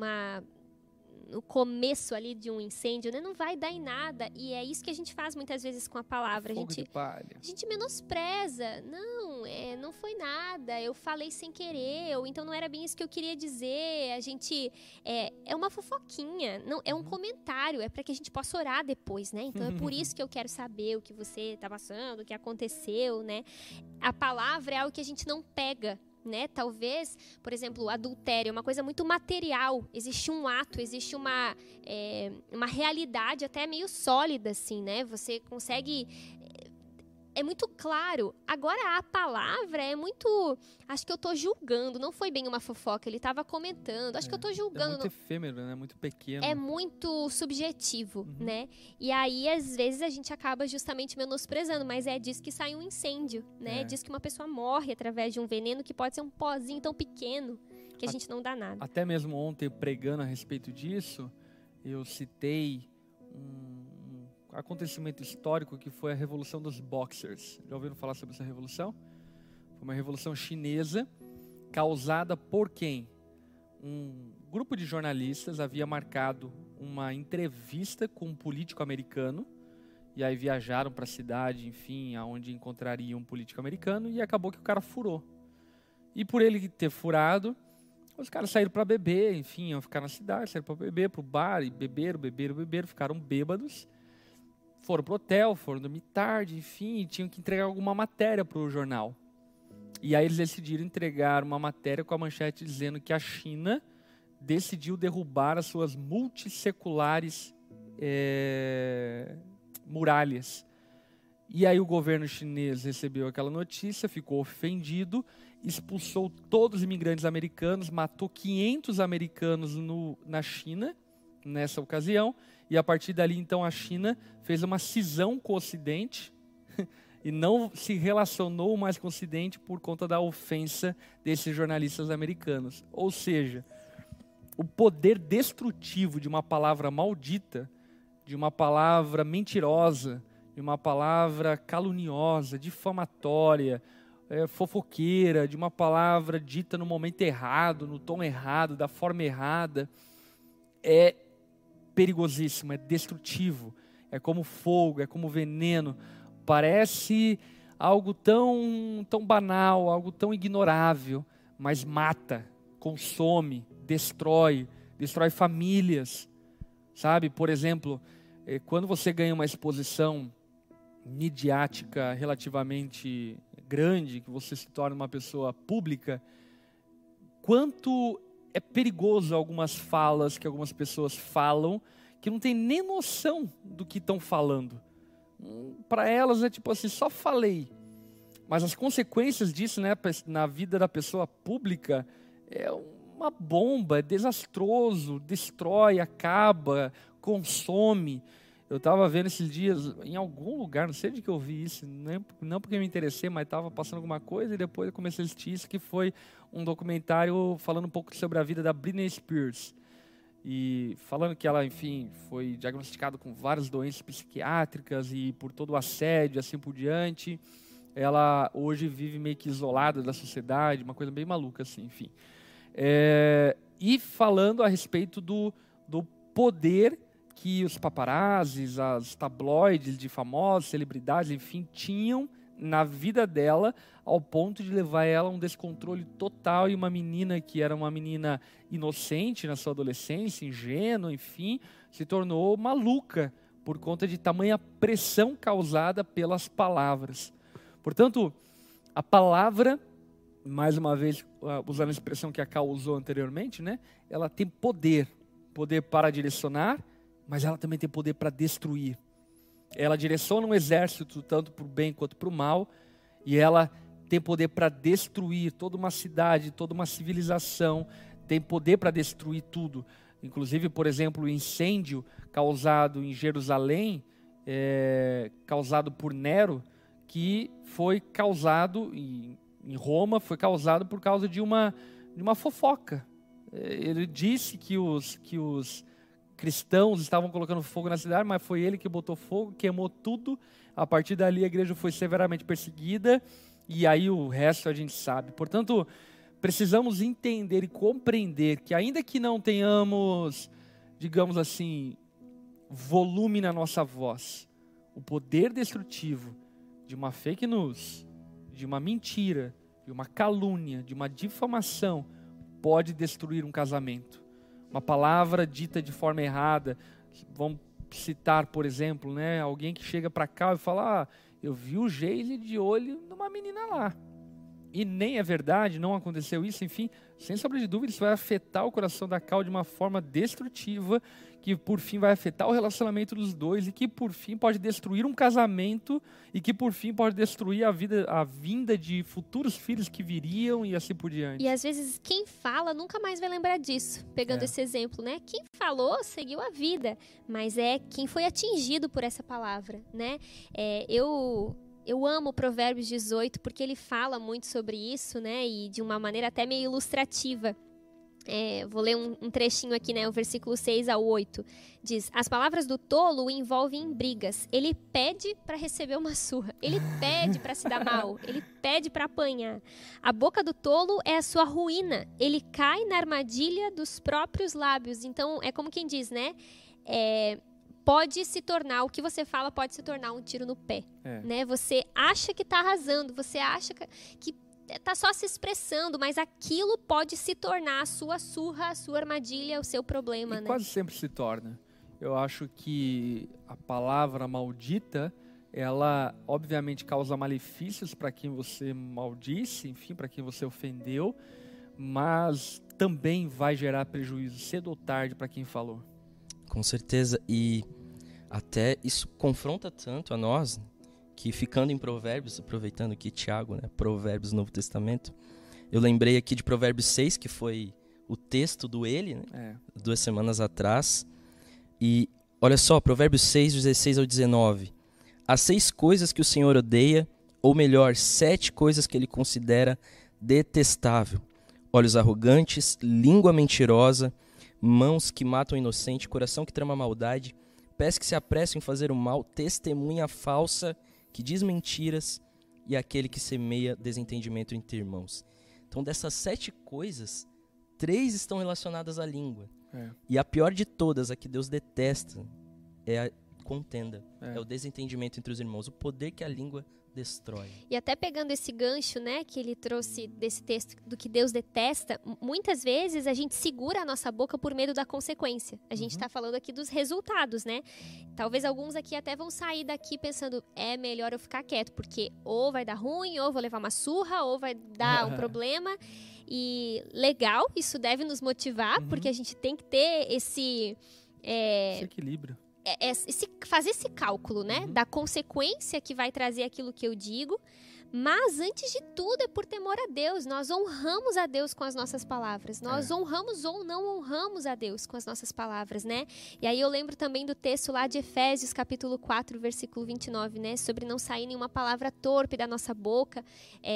no começo ali de um incêndio, né? Não vai dar em nada. E é isso que a gente faz muitas vezes com a palavra. Fogo de palha. A gente menospreza. Não foi nada. Eu falei sem querer. Ou então não era bem isso que eu queria dizer. A gente... É uma fofoquinha. Não, é um comentário. É para que a gente possa orar depois, né? Então é por isso que eu quero saber o que você está passando, o que aconteceu, né? A palavra é algo que a gente não pega, né? Talvez, por exemplo, adultério é uma coisa muito material. Existe um ato, existe uma realidade até meio sólida, assim, né? Você consegue... É muito claro. Agora, a palavra é muito... Acho que eu tô julgando. Não foi bem uma fofoca, ele estava comentando. Acho que eu tô julgando. É muito efêmero, né? Muito pequeno. É muito subjetivo, né? E aí, às vezes, a gente acaba justamente menosprezando. Mas é disso que sai um incêndio, né? É disso que uma pessoa morre através de um veneno que pode ser um pozinho tão pequeno que a gente não dá nada. Até mesmo ontem, pregando a respeito disso, eu citei um acontecimento histórico que foi a Revolução dos Boxers. Já ouviram falar sobre essa revolução? Foi uma revolução chinesa causada por quem? Um grupo de jornalistas havia marcado uma entrevista com um político americano e aí viajaram para a cidade, enfim, aonde encontrariam um político americano, e acabou que o cara furou. E por ele ter furado, os caras saíram para beber, enfim, iam ficar na cidade, saíram para beber, para o bar, e beberam, ficaram bêbados. Foram pro hotel, foram dormir tarde, enfim, tinham que entregar alguma matéria pro jornal. E aí eles decidiram entregar uma matéria com a manchete dizendo que a China decidiu derrubar as suas multisseculares muralhas. E aí o governo chinês recebeu aquela notícia, ficou ofendido, expulsou todos os imigrantes americanos, matou 500 americanos na China, nessa ocasião, e a partir dali, então, a China fez uma cisão com o Ocidente e não se relacionou mais com o Ocidente por conta da ofensa desses jornalistas americanos. Ou seja, o poder destrutivo de uma palavra maldita, de uma palavra mentirosa, de uma palavra caluniosa, difamatória, fofoqueira, de uma palavra dita no momento errado, no tom errado, da forma errada, é perigosíssimo, é destrutivo, é como fogo, é como veneno. Parece algo tão banal, algo tão ignorável, mas mata, consome, destrói famílias, sabe? Por exemplo, quando você ganha uma exposição midiática relativamente grande, que você se torna uma pessoa pública, quanto é perigoso algumas falas que algumas pessoas falam, que não tem nem noção do que estão falando. Para elas é tipo assim, só falei. Mas as consequências disso, né, na vida da pessoa pública é uma bomba, é desastroso, destrói, acaba, consome. Eu estava vendo esses dias em algum lugar, não sei de que eu vi isso, não porque me interessei, mas estava passando alguma coisa e depois eu comecei a assistir isso, que foi um documentário falando um pouco sobre a vida da Britney Spears. E falando que ela, enfim, foi diagnosticada com várias doenças psiquiátricas e por todo o assédio, assim por diante. Ela hoje vive meio que isolada da sociedade, uma coisa bem maluca, assim, enfim. E falando a respeito do poder que os paparazzis, as tabloides de famosos, celebridades, enfim, tinham na vida dela, ao ponto de levar ela a um descontrole total, e uma menina que era uma menina inocente na sua adolescência, ingênua, enfim, se tornou maluca por conta de tamanha pressão causada pelas palavras. Portanto, a palavra, mais uma vez, usando a expressão que a Cal usou anteriormente, né, ela tem poder para direcionar, mas ela também tem poder para destruir. Ela direciona um exército tanto para o bem quanto para o mal, e ela tem poder para destruir toda uma cidade, toda uma civilização, tem poder para destruir tudo. Inclusive, por exemplo, o incêndio causado em Jerusalém, causado por Nero, que foi causado em Roma, foi causado por causa de uma fofoca. Ele disse que os cristãos estavam colocando fogo na cidade, mas foi ele que botou fogo, queimou tudo. A partir dali a igreja foi severamente perseguida, e aí o resto a gente sabe. Portanto, precisamos entender e compreender que, ainda que não tenhamos, digamos assim, volume na nossa voz, o poder destrutivo de uma fake news, de uma mentira, de uma calúnia, de uma difamação, pode destruir um casamento. Uma palavra dita de forma errada. Vamos citar, por exemplo, né, alguém que chega para cá e fala: eu vi o Geise de olho numa menina lá. E nem é verdade, não aconteceu isso, enfim, sem sombra de dúvida, isso vai afetar o coração da Cal de uma forma destrutiva, que por fim vai afetar o relacionamento dos dois, e que por fim pode destruir um casamento, e que por fim pode destruir a vinda de futuros filhos que viriam, e assim por diante. E às vezes quem fala nunca mais vai lembrar disso, pegando esse exemplo, né? Quem falou seguiu a vida, mas é quem foi atingido por essa palavra, né? Eu amo Provérbios 18 porque ele fala muito sobre isso, né? E de uma maneira até meio ilustrativa. Vou ler um trechinho aqui, né? O versículo 6 ao 8. Diz: as palavras do tolo o envolvem em brigas. Ele pede para receber uma surra. Ele pede para se dar mal. Ele pede para apanhar. A boca do tolo é a sua ruína. Ele cai na armadilha dos próprios lábios. Então, é como quem diz, né? Pode se tornar, o que você fala pode se tornar um tiro no pé, né? Você acha que está arrasando, você acha que está só se expressando, mas aquilo pode se tornar a sua surra, a sua armadilha, o seu problema, né? Quase sempre se torna. Eu acho que a palavra maldita, ela obviamente causa malefícios para quem você maldisse, enfim, para quem você ofendeu, mas também vai gerar prejuízo, cedo ou tarde, para quem falou. Com certeza. E até isso confronta tanto a nós, que ficando em Provérbios, aproveitando aqui Tiago, né, Provérbios, Novo Testamento, eu lembrei aqui de Provérbios 6, que foi o texto do Ele, né, 2 semanas atrás. E olha só, Provérbios 6, 16 ao 19. Há 6 coisas que o Senhor odeia, ou melhor, 7 coisas que Ele considera detestável. Olhos arrogantes, língua mentirosa, mãos que matam o inocente, coração que trama maldade, pés que se apressam em fazer o mal, testemunha falsa que diz mentiras e aquele que semeia desentendimento entre irmãos. Então, dessas 7 coisas, 3 estão relacionadas à língua. E a pior de todas, a que Deus detesta, é a contenda, é o desentendimento entre os irmãos, o poder que a língua destrói. E até pegando esse gancho, né, que ele trouxe desse texto do que Deus detesta, muitas vezes a gente segura a nossa boca por medo da consequência. A gente está falando aqui dos resultados, né? Talvez alguns aqui até vão sair daqui pensando, é melhor eu ficar quieto, porque ou vai dar ruim, ou vou levar uma surra, ou vai dar um problema. E legal, isso deve nos motivar, porque a gente tem que ter esse equilíbrio. Fazer esse cálculo, né, da consequência que vai trazer aquilo que eu digo, mas antes de tudo é por temor a Deus. Nós honramos a Deus com as nossas palavras, nós honramos ou não honramos a Deus com as nossas palavras, né? E aí eu lembro também do texto lá de Efésios capítulo 4, versículo 29, né, sobre não sair nenhuma palavra torpe da nossa boca.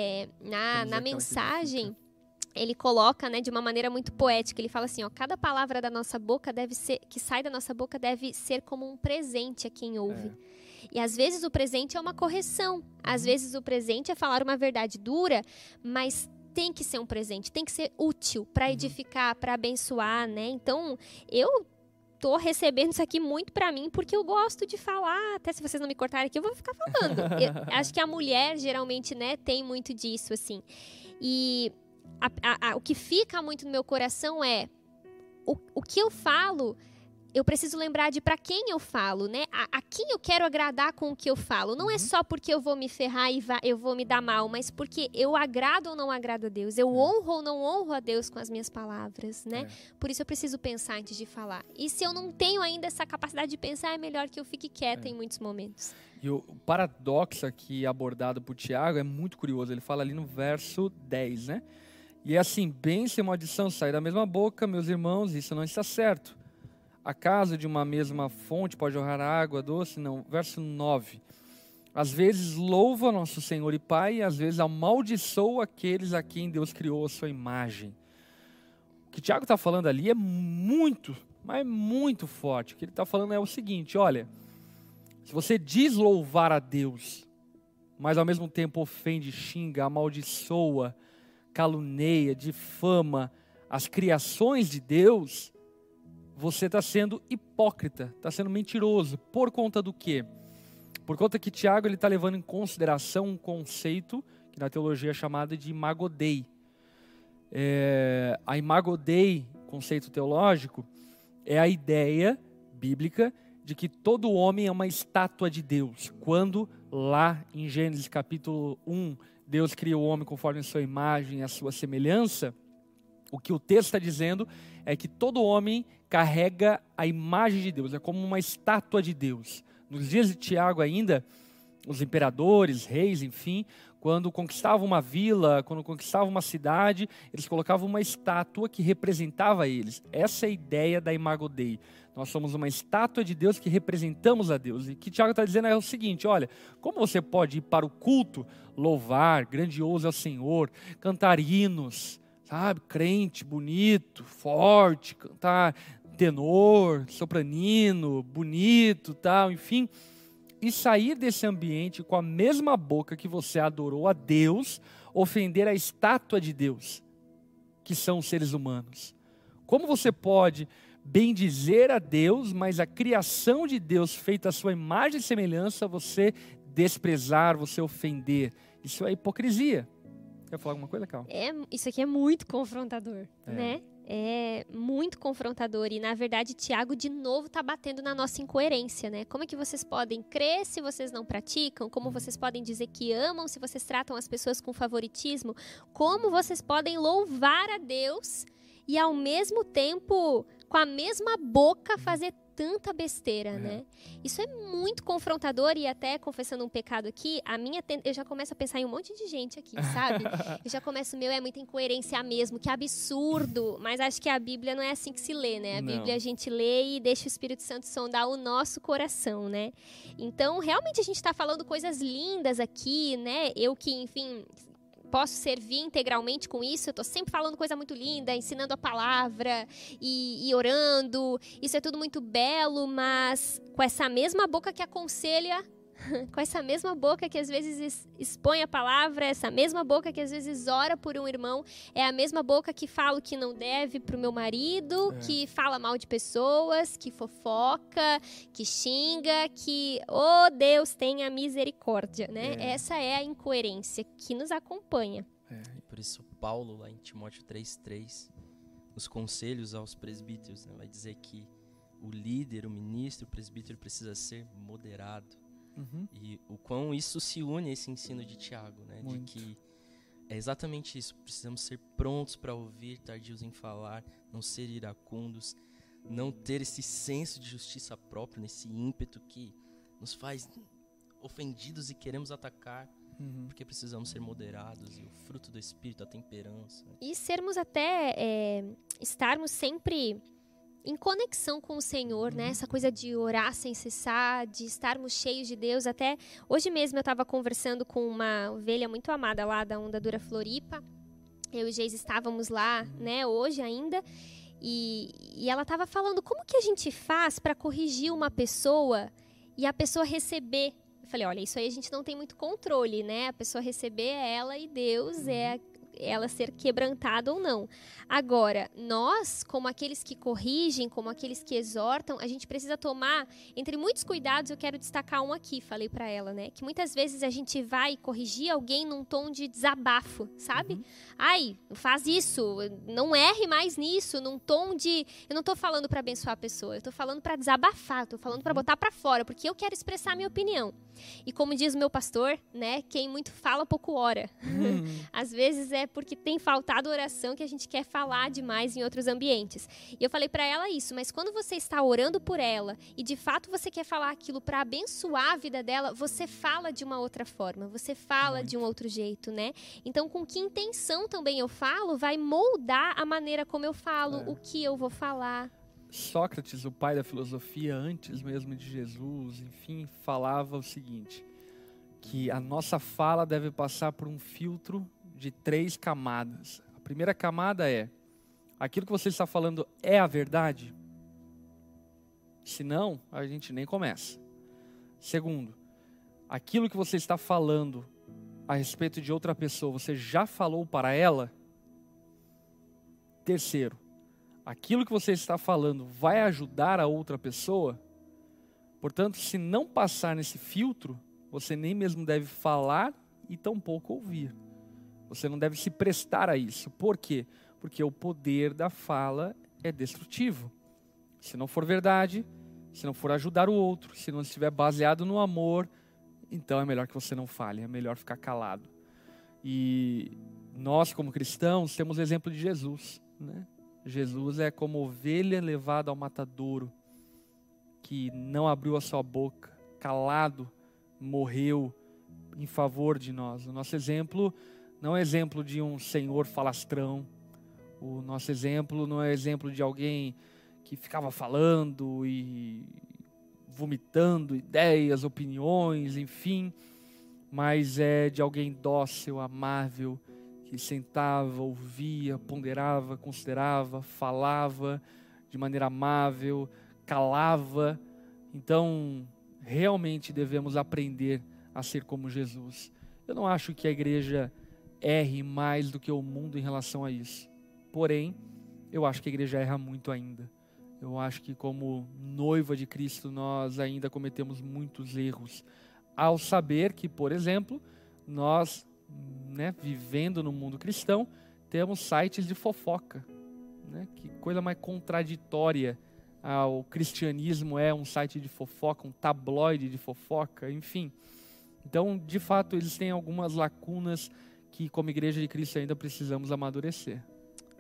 Na mensagem ele coloca, né, de uma maneira muito poética. Ele fala assim, ó, cada palavra da nossa boca que sai da nossa boca deve ser como um presente a quem ouve. E às vezes o presente é uma correção, às vezes o presente é falar uma verdade dura, mas tem que ser um presente, tem que ser útil para edificar, para abençoar, né? Então, eu tô recebendo isso aqui muito para mim, porque eu gosto de falar. Até se vocês não me cortarem aqui, eu vou ficar falando. Acho que a mulher, geralmente, né, tem muito disso, assim. E o que fica muito no meu coração é o que eu falo, eu preciso lembrar de para quem eu falo, né? A quem eu quero agradar com o que eu falo. Não é só porque eu vou me ferrar e eu vou me dar mal, mas porque eu agrado ou não agrado a Deus. Eu honro ou não honro a Deus com as minhas palavras, né? Por isso eu preciso pensar antes de falar. E se eu não tenho ainda essa capacidade de pensar, é melhor que eu fique quieta em muitos momentos. E o paradoxo aqui abordado por Tiago é muito curioso. Ele fala ali no verso 10, né? E é assim, bênção e maldição saem da mesma boca, meus irmãos, isso não está certo. Acaso de uma mesma fonte pode jorrar água doce? Não. Verso 9. Às vezes louva nosso Senhor e Pai, e às vezes amaldiçoa aqueles a quem Deus criou a sua imagem. O que Tiago está falando ali é muito, mas muito forte. O que ele está falando é o seguinte, olha, se você diz louvar a Deus, mas ao mesmo tempo ofende, xinga, amaldiçoa, caluneia, difama as criações de Deus, você está sendo hipócrita, está sendo mentiroso. Por conta do quê? Por conta que Tiago está levando em consideração um conceito que na teologia é chamado de imago Dei. A imago Dei, conceito teológico, é a ideia bíblica de que todo homem é uma estátua de Deus. Quando lá em Gênesis capítulo 1, Deus cria o homem conforme a sua imagem e a sua semelhança, o que o texto está dizendo é que todo homem carrega a imagem de Deus, é como uma estátua de Deus. Nos dias de Tiago ainda, os imperadores, reis, enfim, quando conquistavam uma vila, quando conquistavam uma cidade, eles colocavam uma estátua que representava eles. Essa é a ideia da imago Dei. Nós somos uma estátua de Deus que representamos a Deus. E o que Tiago está dizendo é o seguinte, olha, como você pode ir para o culto, louvar, grandioso é o Senhor, cantar hinos, sabe, crente, bonito, forte, cantar tenor, sopranino, bonito, tal, enfim, e sair desse ambiente com a mesma boca que você adorou a Deus, ofender a estátua de Deus, que são os seres humanos. Como você pode bendizer a Deus, mas a criação de Deus feita à sua imagem e semelhança, você desprezar, você ofender? Isso é hipocrisia. Quer falar alguma coisa, Cal? Isso aqui é muito confrontador, né? É muito confrontador e, na verdade, Tiago, de novo, está batendo na nossa incoerência, né? Como é que vocês podem crer se vocês não praticam? Como vocês podem dizer que amam se vocês tratam as pessoas com favoritismo? Como vocês podem louvar a Deus e ao mesmo tempo, com a mesma boca, fazer tanta besteira, né? Isso é muito confrontador e até, confessando um pecado aqui, eu já começo a pensar em um monte de gente aqui, sabe? Eu já começo, é muita incoerência mesmo, que absurdo. Mas acho que a Bíblia não é assim que se lê, né? A Bíblia a gente lê e deixa o Espírito Santo sondar o nosso coração, né? Então, realmente a gente está falando coisas lindas aqui, né? Eu que, enfim, posso servir integralmente com isso, eu estou sempre falando coisa muito linda, ensinando a palavra e orando, isso é tudo muito belo, mas com essa mesma boca que aconselha, com essa mesma boca que às vezes expõe a palavra, essa mesma boca que às vezes ora por um irmão, é a mesma boca que fala o que não deve pro meu marido, que fala mal de pessoas, que fofoca, que xinga, que, oh Deus, tenha misericórdia, né? Essa é a incoerência que nos acompanha. E por isso Paulo, lá em Timóteo 3:3, nos conselhos aos presbíteros, né, vai dizer que o líder, o ministro, o presbítero precisa ser moderado. E o quão isso se une a esse ensino de Tiago, né? De que é exatamente isso. Precisamos ser prontos para ouvir, tardios em falar, não ser iracundos, não ter esse senso de justiça própria, nesse ímpeto que nos faz ofendidos e queremos atacar, porque precisamos ser moderados, e o fruto do Espírito, a temperança. E sermos até, estarmos sempre em conexão com o Senhor, né? Essa coisa de orar sem cessar, de estarmos cheios de Deus. Até hoje mesmo eu estava conversando com uma ovelha muito amada lá da Onda Dura Floripa. Eu e o Geis estávamos lá, né? Hoje ainda. E ela estava falando, como que a gente faz para corrigir uma pessoa e a pessoa receber? Eu falei, olha, isso aí a gente não tem muito controle, né? A pessoa receber é ela e Deus, é ela ser quebrantada ou não. Agora, nós, como aqueles que corrigem, como aqueles que exortam, a gente precisa tomar, entre muitos cuidados, eu quero destacar um aqui, falei pra ela, né? Que muitas vezes a gente vai corrigir alguém num tom de desabafo, sabe? Ai, não faz isso, não erre mais nisso, num tom de... Eu não tô falando pra abençoar a pessoa, eu tô falando pra desabafar, eu tô falando pra botar pra fora, porque eu quero expressar a minha opinião. E como diz o meu pastor, né? Quem muito fala, pouco ora. Às vezes é porque tem faltado oração que a gente quer falar demais em outros ambientes. E eu falei para ela isso, mas quando você está orando por ela e de fato você quer falar aquilo para abençoar a vida dela, você fala de uma outra forma, você fala de um outro jeito, né? Então, com que intenção também eu falo, vai moldar a maneira como eu falo, o que eu vou falar. Sócrates, o pai da filosofia, antes mesmo de Jesus, enfim, falava o seguinte, que a nossa fala deve passar por um filtro de 3 camadas. A primeira camada é, aquilo que você está falando é a verdade? Se não, a gente nem começa. Segundo, aquilo que você está falando a respeito de outra pessoa, você já falou para ela? Terceiro, aquilo que você está falando vai ajudar a outra pessoa? Portanto, se não passar nesse filtro, você nem mesmo deve falar e tampouco ouvir. Você não deve se prestar a isso. Por quê? Porque o poder da fala é destrutivo. Se não for verdade, se não for ajudar o outro, se não estiver baseado no amor, então é melhor que você não fale, é melhor ficar calado. E nós, como cristãos, temos o exemplo de Jesus, né? Jesus é como ovelha levada ao matadouro, que não abriu a sua boca, calado, morreu em favor de nós. O nosso exemplo não é exemplo de um senhor falastrão. O nosso exemplo não é exemplo de alguém que ficava falando e vomitando ideias, opiniões, enfim. Mas é de alguém dócil, amável, que sentava, ouvia, ponderava, considerava, falava de maneira amável, calava. Então, realmente devemos aprender a ser como Jesus. Eu não acho que a igreja erre mais do que o mundo em relação a isso. Porém, eu acho que a igreja erra muito ainda. Eu acho que como noiva de Cristo nós ainda cometemos muitos erros. Ao saber que, por exemplo, nós, vivendo no mundo cristão, temos sites de fofoca. Que coisa mais contraditória. O cristianismo é um site de fofoca, um tabloide de fofoca, enfim. Então, de fato, existem algumas lacunas que, como igreja de Cristo, ainda precisamos amadurecer.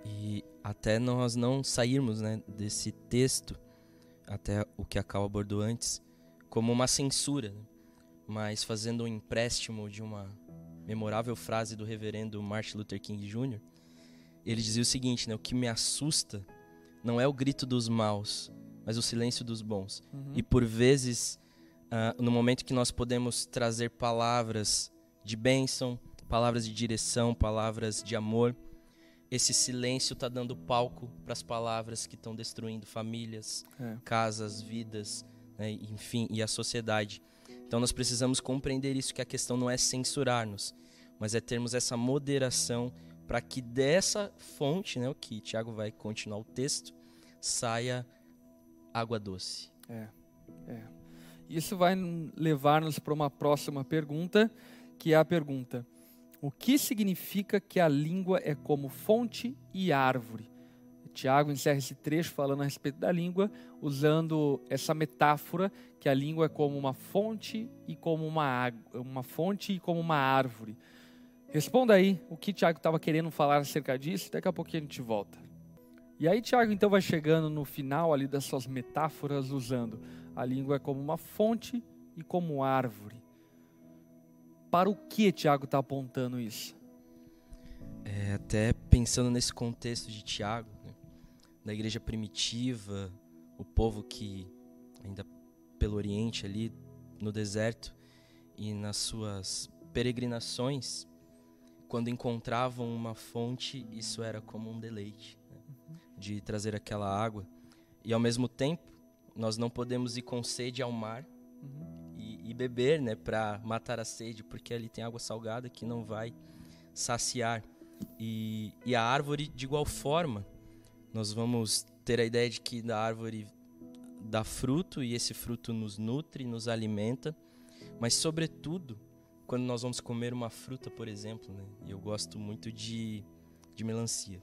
E até nós não sairmos, né, desse texto, até o que a Cal abordou antes, como uma censura, né? Mas fazendo um empréstimo de uma memorável frase do reverendo Martin Luther King Jr., ele dizia o seguinte, né, o que me assusta não é o grito dos maus, mas o silêncio dos bons. E por vezes, no momento que nós podemos trazer palavras de bênção, palavras de direção, palavras de amor, esse silêncio está dando palco para as palavras que estão destruindo famílias, casas, vidas, né, enfim, e a sociedade. Então nós precisamos compreender isso, que a questão não é censurar-nos, mas é termos essa moderação para que dessa fonte, né, o que Tiago vai continuar o texto, saia água doce. Isso vai levar-nos para uma próxima pergunta, que é a pergunta: o que significa que a língua é como fonte e árvore? Tiago encerra esse trecho falando a respeito da língua, usando essa metáfora que a língua é como uma fonte e como uma fonte e como uma árvore. Responda aí o que Tiago estava querendo falar acerca disso, daqui a pouquinho a gente volta. E aí Tiago então vai chegando no final ali das suas metáforas, usando a língua é como uma fonte e como árvore. Para o que Tiago está apontando isso? Até pensando nesse contexto de Tiago, né, da igreja primitiva, o povo que ainda pelo Oriente ali, no deserto, e nas suas peregrinações, quando encontravam uma fonte, isso era como um deleite, né, de trazer aquela água. E ao mesmo tempo, nós não podemos ir com sede ao mar e beber, né, para matar a sede, porque ali tem água salgada que não vai saciar. E a árvore, de igual forma, nós vamos ter a ideia de que da árvore dá fruto, e esse fruto nos nutre, nos alimenta, mas sobretudo quando nós vamos comer uma fruta, por exemplo, né? Eu gosto muito de melancia.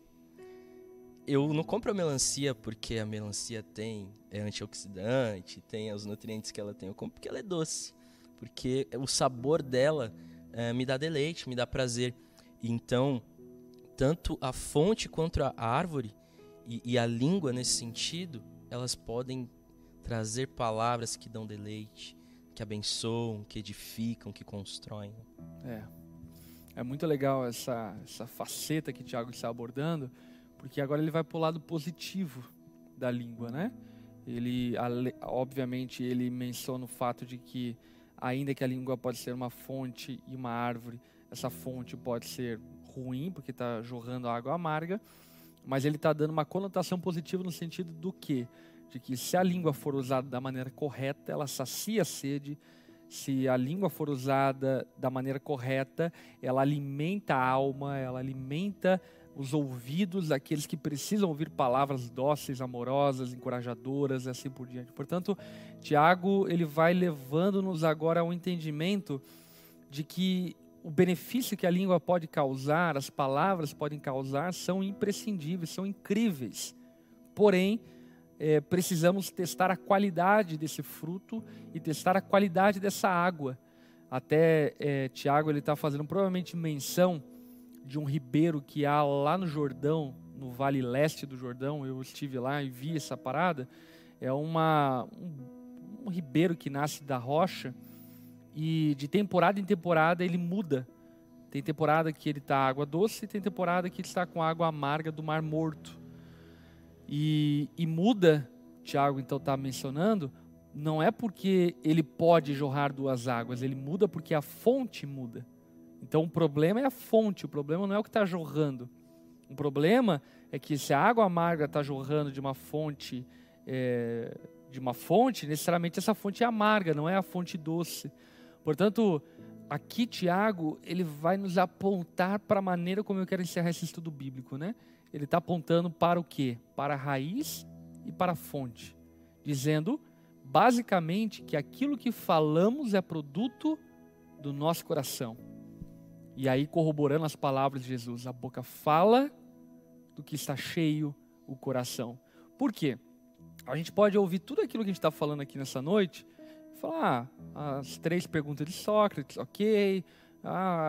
Eu não compro a melancia porque a melancia é antioxidante, tem os nutrientes que ela tem. Eu compro porque ela é doce, porque o sabor dela me dá deleite, me dá prazer. E então, tanto a fonte quanto a árvore e a língua nesse sentido, elas podem trazer palavras que dão deleite, que abençoam, que edificam, que constroem. É muito legal essa faceta que o Tiago está abordando, porque agora ele vai para o lado positivo da língua, né? Obviamente, ele menciona o fato de que, ainda que a língua pode ser uma fonte e uma árvore, essa fonte pode ser ruim, porque está jorrando água amarga, mas ele está dando uma conotação positiva no sentido do quê? De que se a língua for usada da maneira correta, ela sacia a sede. Se a língua for usada da maneira correta, ela alimenta a alma, ela alimenta os ouvidos daqueles que precisam ouvir palavras dóceis, amorosas, encorajadoras e assim por diante. Portanto, Tiago, ele vai levando-nos agora ao entendimento de que o benefício que a língua pode causar, as palavras podem causar, são imprescindíveis, são incríveis. Porém, precisamos testar a qualidade desse fruto e testar a qualidade dessa água. Até Tiago está fazendo provavelmente menção de um ribeiro que há lá no Jordão, no vale leste do Jordão. Eu estive lá e vi essa parada. É um ribeiro que nasce da rocha, e de temporada em temporada ele muda. Tem temporada que ele está água doce e tem temporada que ele está com água amarga do Mar Morto. E muda, Tiago então está mencionando, não é porque ele pode jorrar duas águas, ele muda porque a fonte muda. Então o problema é a fonte, o problema não é o que está jorrando. O problema é que se a água amarga está jorrando de uma fonte, necessariamente essa fonte é amarga, não é a fonte doce. Portanto, aqui Tiago, ele vai nos apontar para a maneira como eu quero encerrar esse estudo bíblico, né? Ele está apontando para o quê? Para a raiz e para a fonte. Dizendo, basicamente, que aquilo que falamos é produto do nosso coração. E aí, corroborando as palavras de Jesus, a boca fala do que está cheio o coração. Por quê? A gente pode ouvir tudo aquilo que a gente está falando aqui nessa noite, falar, as 3 perguntas de Sócrates, ok,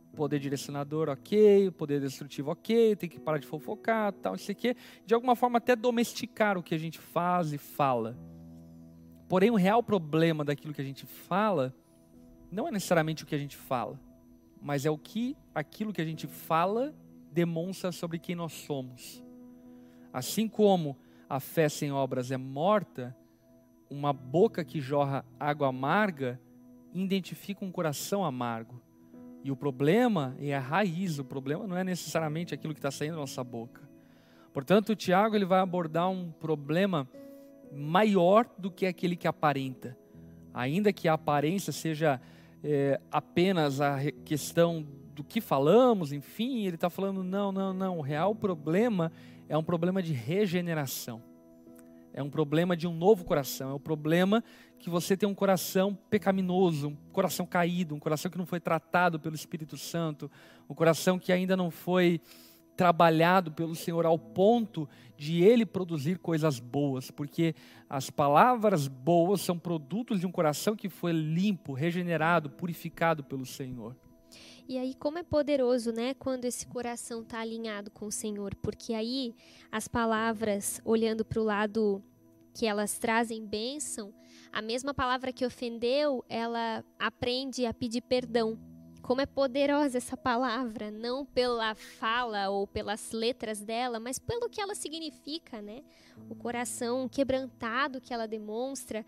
Poder direcionador, ok. Poder destrutivo, ok. Tem que parar de fofocar, tal, não sei o quê. De alguma forma até domesticar o que a gente faz e fala. Porém, o real problema daquilo que a gente fala não é necessariamente o que a gente fala, mas é aquilo que a gente fala demonstra sobre quem nós somos. Assim como a fé sem obras é morta, uma boca que jorra água amarga identifica um coração amargo. E o problema é a raiz, o problema não é necessariamente aquilo que está saindo da nossa boca. Portanto, o Tiago ele vai abordar um problema maior do que aquele que aparenta. Ainda que a aparência seja apenas a questão do que falamos, enfim, ele está falando, não. O real problema é um problema de regeneração. É um problema de um novo coração. É um problema que você tem um coração pecaminoso, um coração caído, um coração que não foi tratado pelo Espírito Santo, um coração que ainda não foi trabalhado pelo Senhor ao ponto de Ele produzir coisas boas, porque as palavras boas são produtos de um coração que foi limpo, regenerado, purificado pelo Senhor. E aí, como é poderoso, né, quando esse coração está alinhado com o Senhor, porque aí as palavras, olhando para o lado que elas trazem bênção, a mesma palavra que ofendeu, ela aprende a pedir perdão. Como é poderosa essa palavra, não pela fala ou pelas letras dela, mas pelo que ela significa, né? O coração quebrantado que ela demonstra,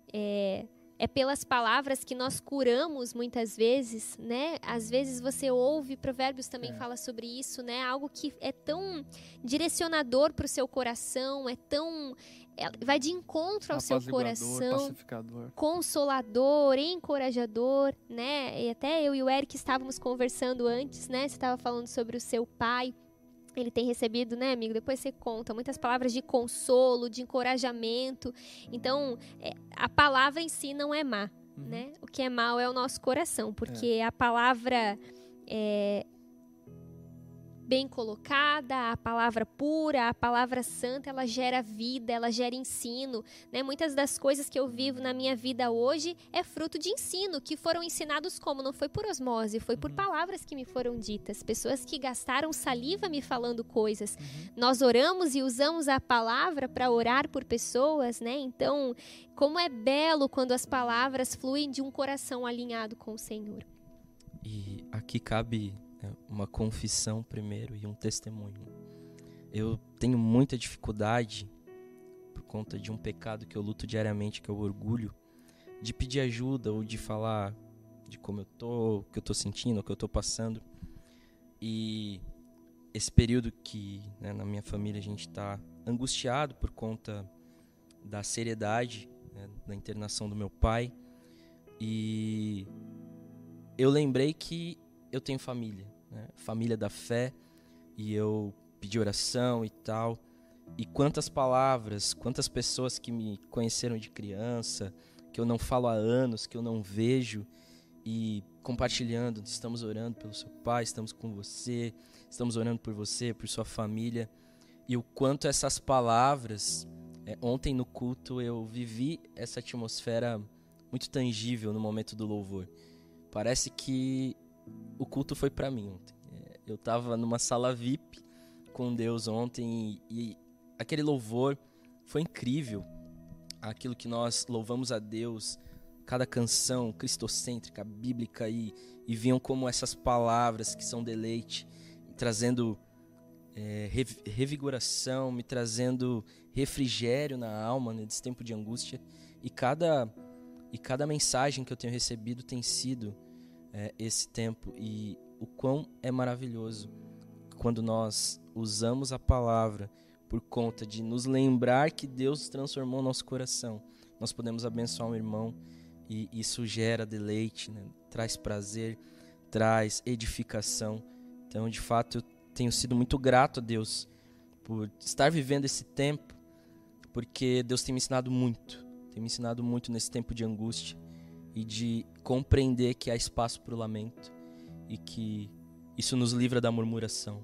é pelas palavras que nós curamos muitas vezes, né? Às vezes você ouve, Provérbios também fala sobre isso, né? Algo que é tão direcionador para o seu coração, vai de encontro ao seu coração, consolador, encorajador, né? E até eu e o Eric estávamos conversando antes, né? Você estava falando sobre o seu pai. Ele tem recebido, né, amigo? Depois você conta, muitas palavras de consolo, de encorajamento. Então, a palavra em si não é má, né? O que é mal é o nosso coração, porque a palavra bem colocada, a palavra pura, a palavra santa, ela gera vida, ela gera ensino, né? Muitas das coisas que eu vivo na minha vida hoje é fruto de ensino, que foram ensinados como? Não foi por osmose, foi por palavras que me foram ditas, pessoas que gastaram saliva me falando coisas. Nós oramos e usamos a palavra para orar por pessoas, né? Então, como é belo quando as palavras fluem de um coração alinhado com o Senhor. E aqui cabe uma confissão primeiro e um testemunho. Eu tenho muita dificuldade, por conta de um pecado que eu luto diariamente, que é o orgulho, de pedir ajuda ou de falar de como eu tô, o que eu tô sentindo, o que eu tô passando. E esse período que, né, na minha família a gente tá angustiado por conta da seriedade, né, da internação do meu pai. E eu lembrei que eu tenho família, né? Família da fé, e eu pedi oração e tal. E quantas palavras, quantas pessoas que me conheceram de criança, que eu não falo há anos, que eu não vejo, e compartilhando, estamos orando pelo seu pai, estamos com você, estamos orando por você, por sua família. E o quanto essas palavras, ontem no culto eu vivi essa atmosfera muito tangível no momento do louvor. Parece que o culto foi para mim ontem. Eu estava numa sala VIP com Deus ontem e aquele louvor foi incrível. Aquilo que nós louvamos a Deus, cada canção cristocêntrica, bíblica, e vinham como essas palavras que são deleite, trazendo revigoração, me trazendo refrigério na alma, né, nesse tempo de angústia. E cada mensagem que eu tenho recebido tem sido esse tempo, e o quão é maravilhoso quando nós usamos a palavra por conta de nos lembrar que Deus transformou o nosso coração. Nós podemos abençoar um irmão e isso gera deleite, né? Traz prazer, traz edificação. Então, de fato, eu tenho sido muito grato a Deus por estar vivendo esse tempo, porque Deus tem me ensinado muito nesse tempo de angústia e de compreender que há espaço para o lamento e que isso nos livra da murmuração.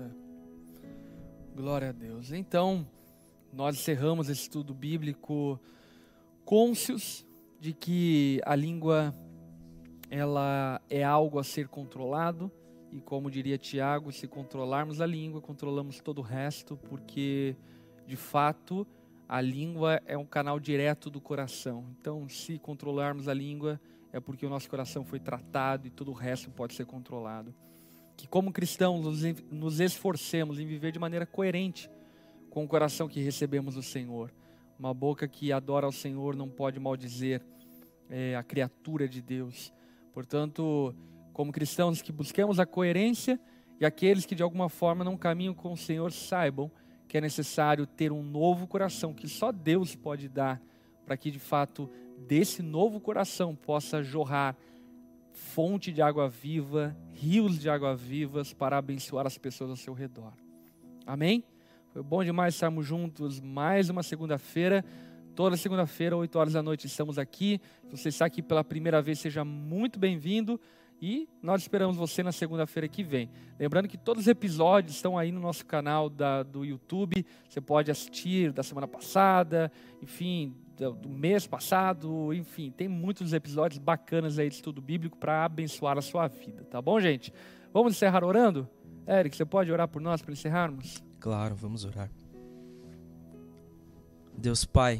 Glória a Deus. Então, nós encerramos esse estudo bíblico cônscios de que a língua ela é algo a ser controlado, E como diria Tiago, se controlarmos a língua, controlamos todo o resto, porque, de fato, a língua é um canal direto do coração. Então, se controlarmos a língua, é porque o nosso coração foi tratado e todo o resto pode ser controlado. Que como cristãos nos esforcemos em viver de maneira coerente com o coração que recebemos do Senhor. Uma boca que adora ao Senhor não pode maldizer a criatura de Deus. Portanto, como cristãos que busquemos a coerência, e aqueles que de alguma forma não caminham com o Senhor saibam que é necessário ter um novo coração que só Deus pode dar, para que de fato desse novo coração possa jorrar fonte de água viva, rios de água vivas para abençoar as pessoas ao seu redor. Amém? Foi bom demais estarmos juntos mais uma segunda-feira. Toda segunda-feira, 8 horas da noite, estamos aqui. Se você está aqui pela primeira vez, seja muito bem-vindo. E nós esperamos você na segunda-feira que vem. Lembrando que todos os episódios estão aí no nosso canal do YouTube. Você pode assistir da semana passada, enfim, do mês passado, enfim. Tem muitos episódios bacanas aí de estudo bíblico para abençoar a sua vida, tá bom, gente? Vamos encerrar orando? Eric, você pode orar por nós para encerrarmos? Claro, vamos orar. Deus Pai,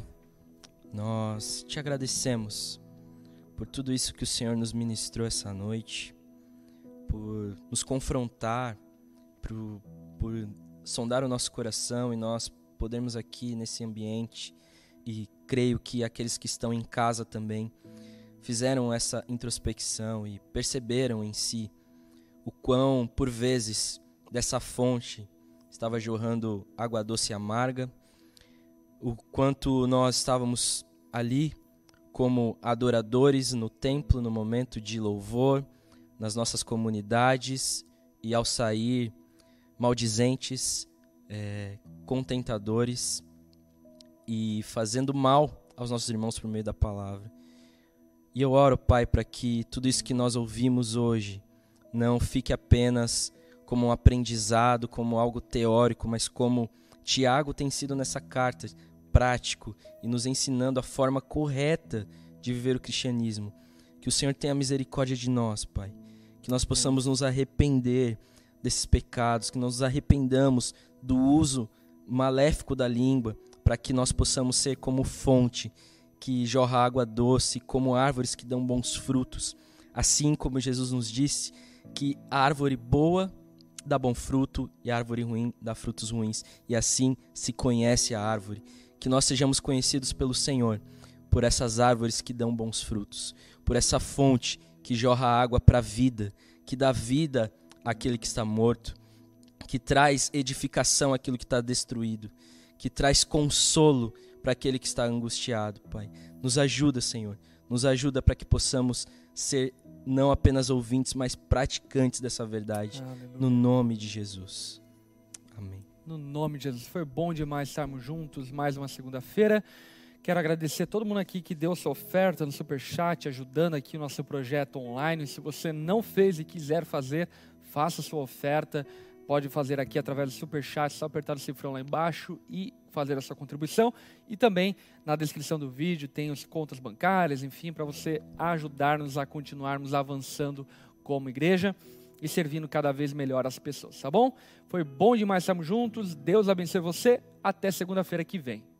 nós te agradecemos por tudo isso que o Senhor nos ministrou essa noite, por nos confrontar, por sondar o nosso coração e nós podermos aqui nesse ambiente, e creio que aqueles que estão em casa também fizeram essa introspecção e perceberam em si o quão, por vezes, dessa fonte estava jorrando água doce e amarga, o quanto nós estávamos ali como adoradores no templo, no momento de louvor, nas nossas comunidades, e ao sair, maldizentes, contentadores e fazendo mal aos nossos irmãos por meio da palavra. E eu oro, Pai, para que tudo isso que nós ouvimos hoje não fique apenas como um aprendizado, como algo teórico, mas como Tiago tem sido nessa carta, prático e nos ensinando a forma correta de viver o cristianismo. Que o Senhor tenha misericórdia de nós, Pai. Que nós possamos nos arrepender desses pecados, que nós nos arrependamos do uso maléfico da língua, para que nós possamos ser como fonte que jorra água doce, como árvores que dão bons frutos. Assim como Jesus nos disse que a árvore boa dá bom fruto e a árvore ruim dá frutos ruins. E assim se conhece a árvore. Que nós sejamos conhecidos pelo Senhor, por essas árvores que dão bons frutos, por essa fonte que jorra água para a vida, que dá vida àquele que está morto, que traz edificação àquilo que está destruído, que traz consolo para aquele que está angustiado, Pai. Nos ajuda, Senhor, nos ajuda para que possamos ser não apenas ouvintes, mas praticantes dessa verdade. Aleluia. No nome de Jesus. Amém. No nome de Jesus. Foi bom demais estarmos juntos mais uma segunda-feira. Quero agradecer a todo mundo aqui que deu sua oferta no Superchat, ajudando aqui o nosso projeto online. Se você não fez e quiser fazer, faça sua oferta. Pode fazer aqui através do Superchat, só apertar o cifrão lá embaixo e fazer a sua contribuição. E também na descrição do vídeo tem as contas bancárias, enfim, para você ajudar-nos a continuarmos avançando como igreja e servindo cada vez melhor as pessoas, tá bom? Foi bom demais estarmos juntos. Deus abençoe você. Até segunda-feira que vem.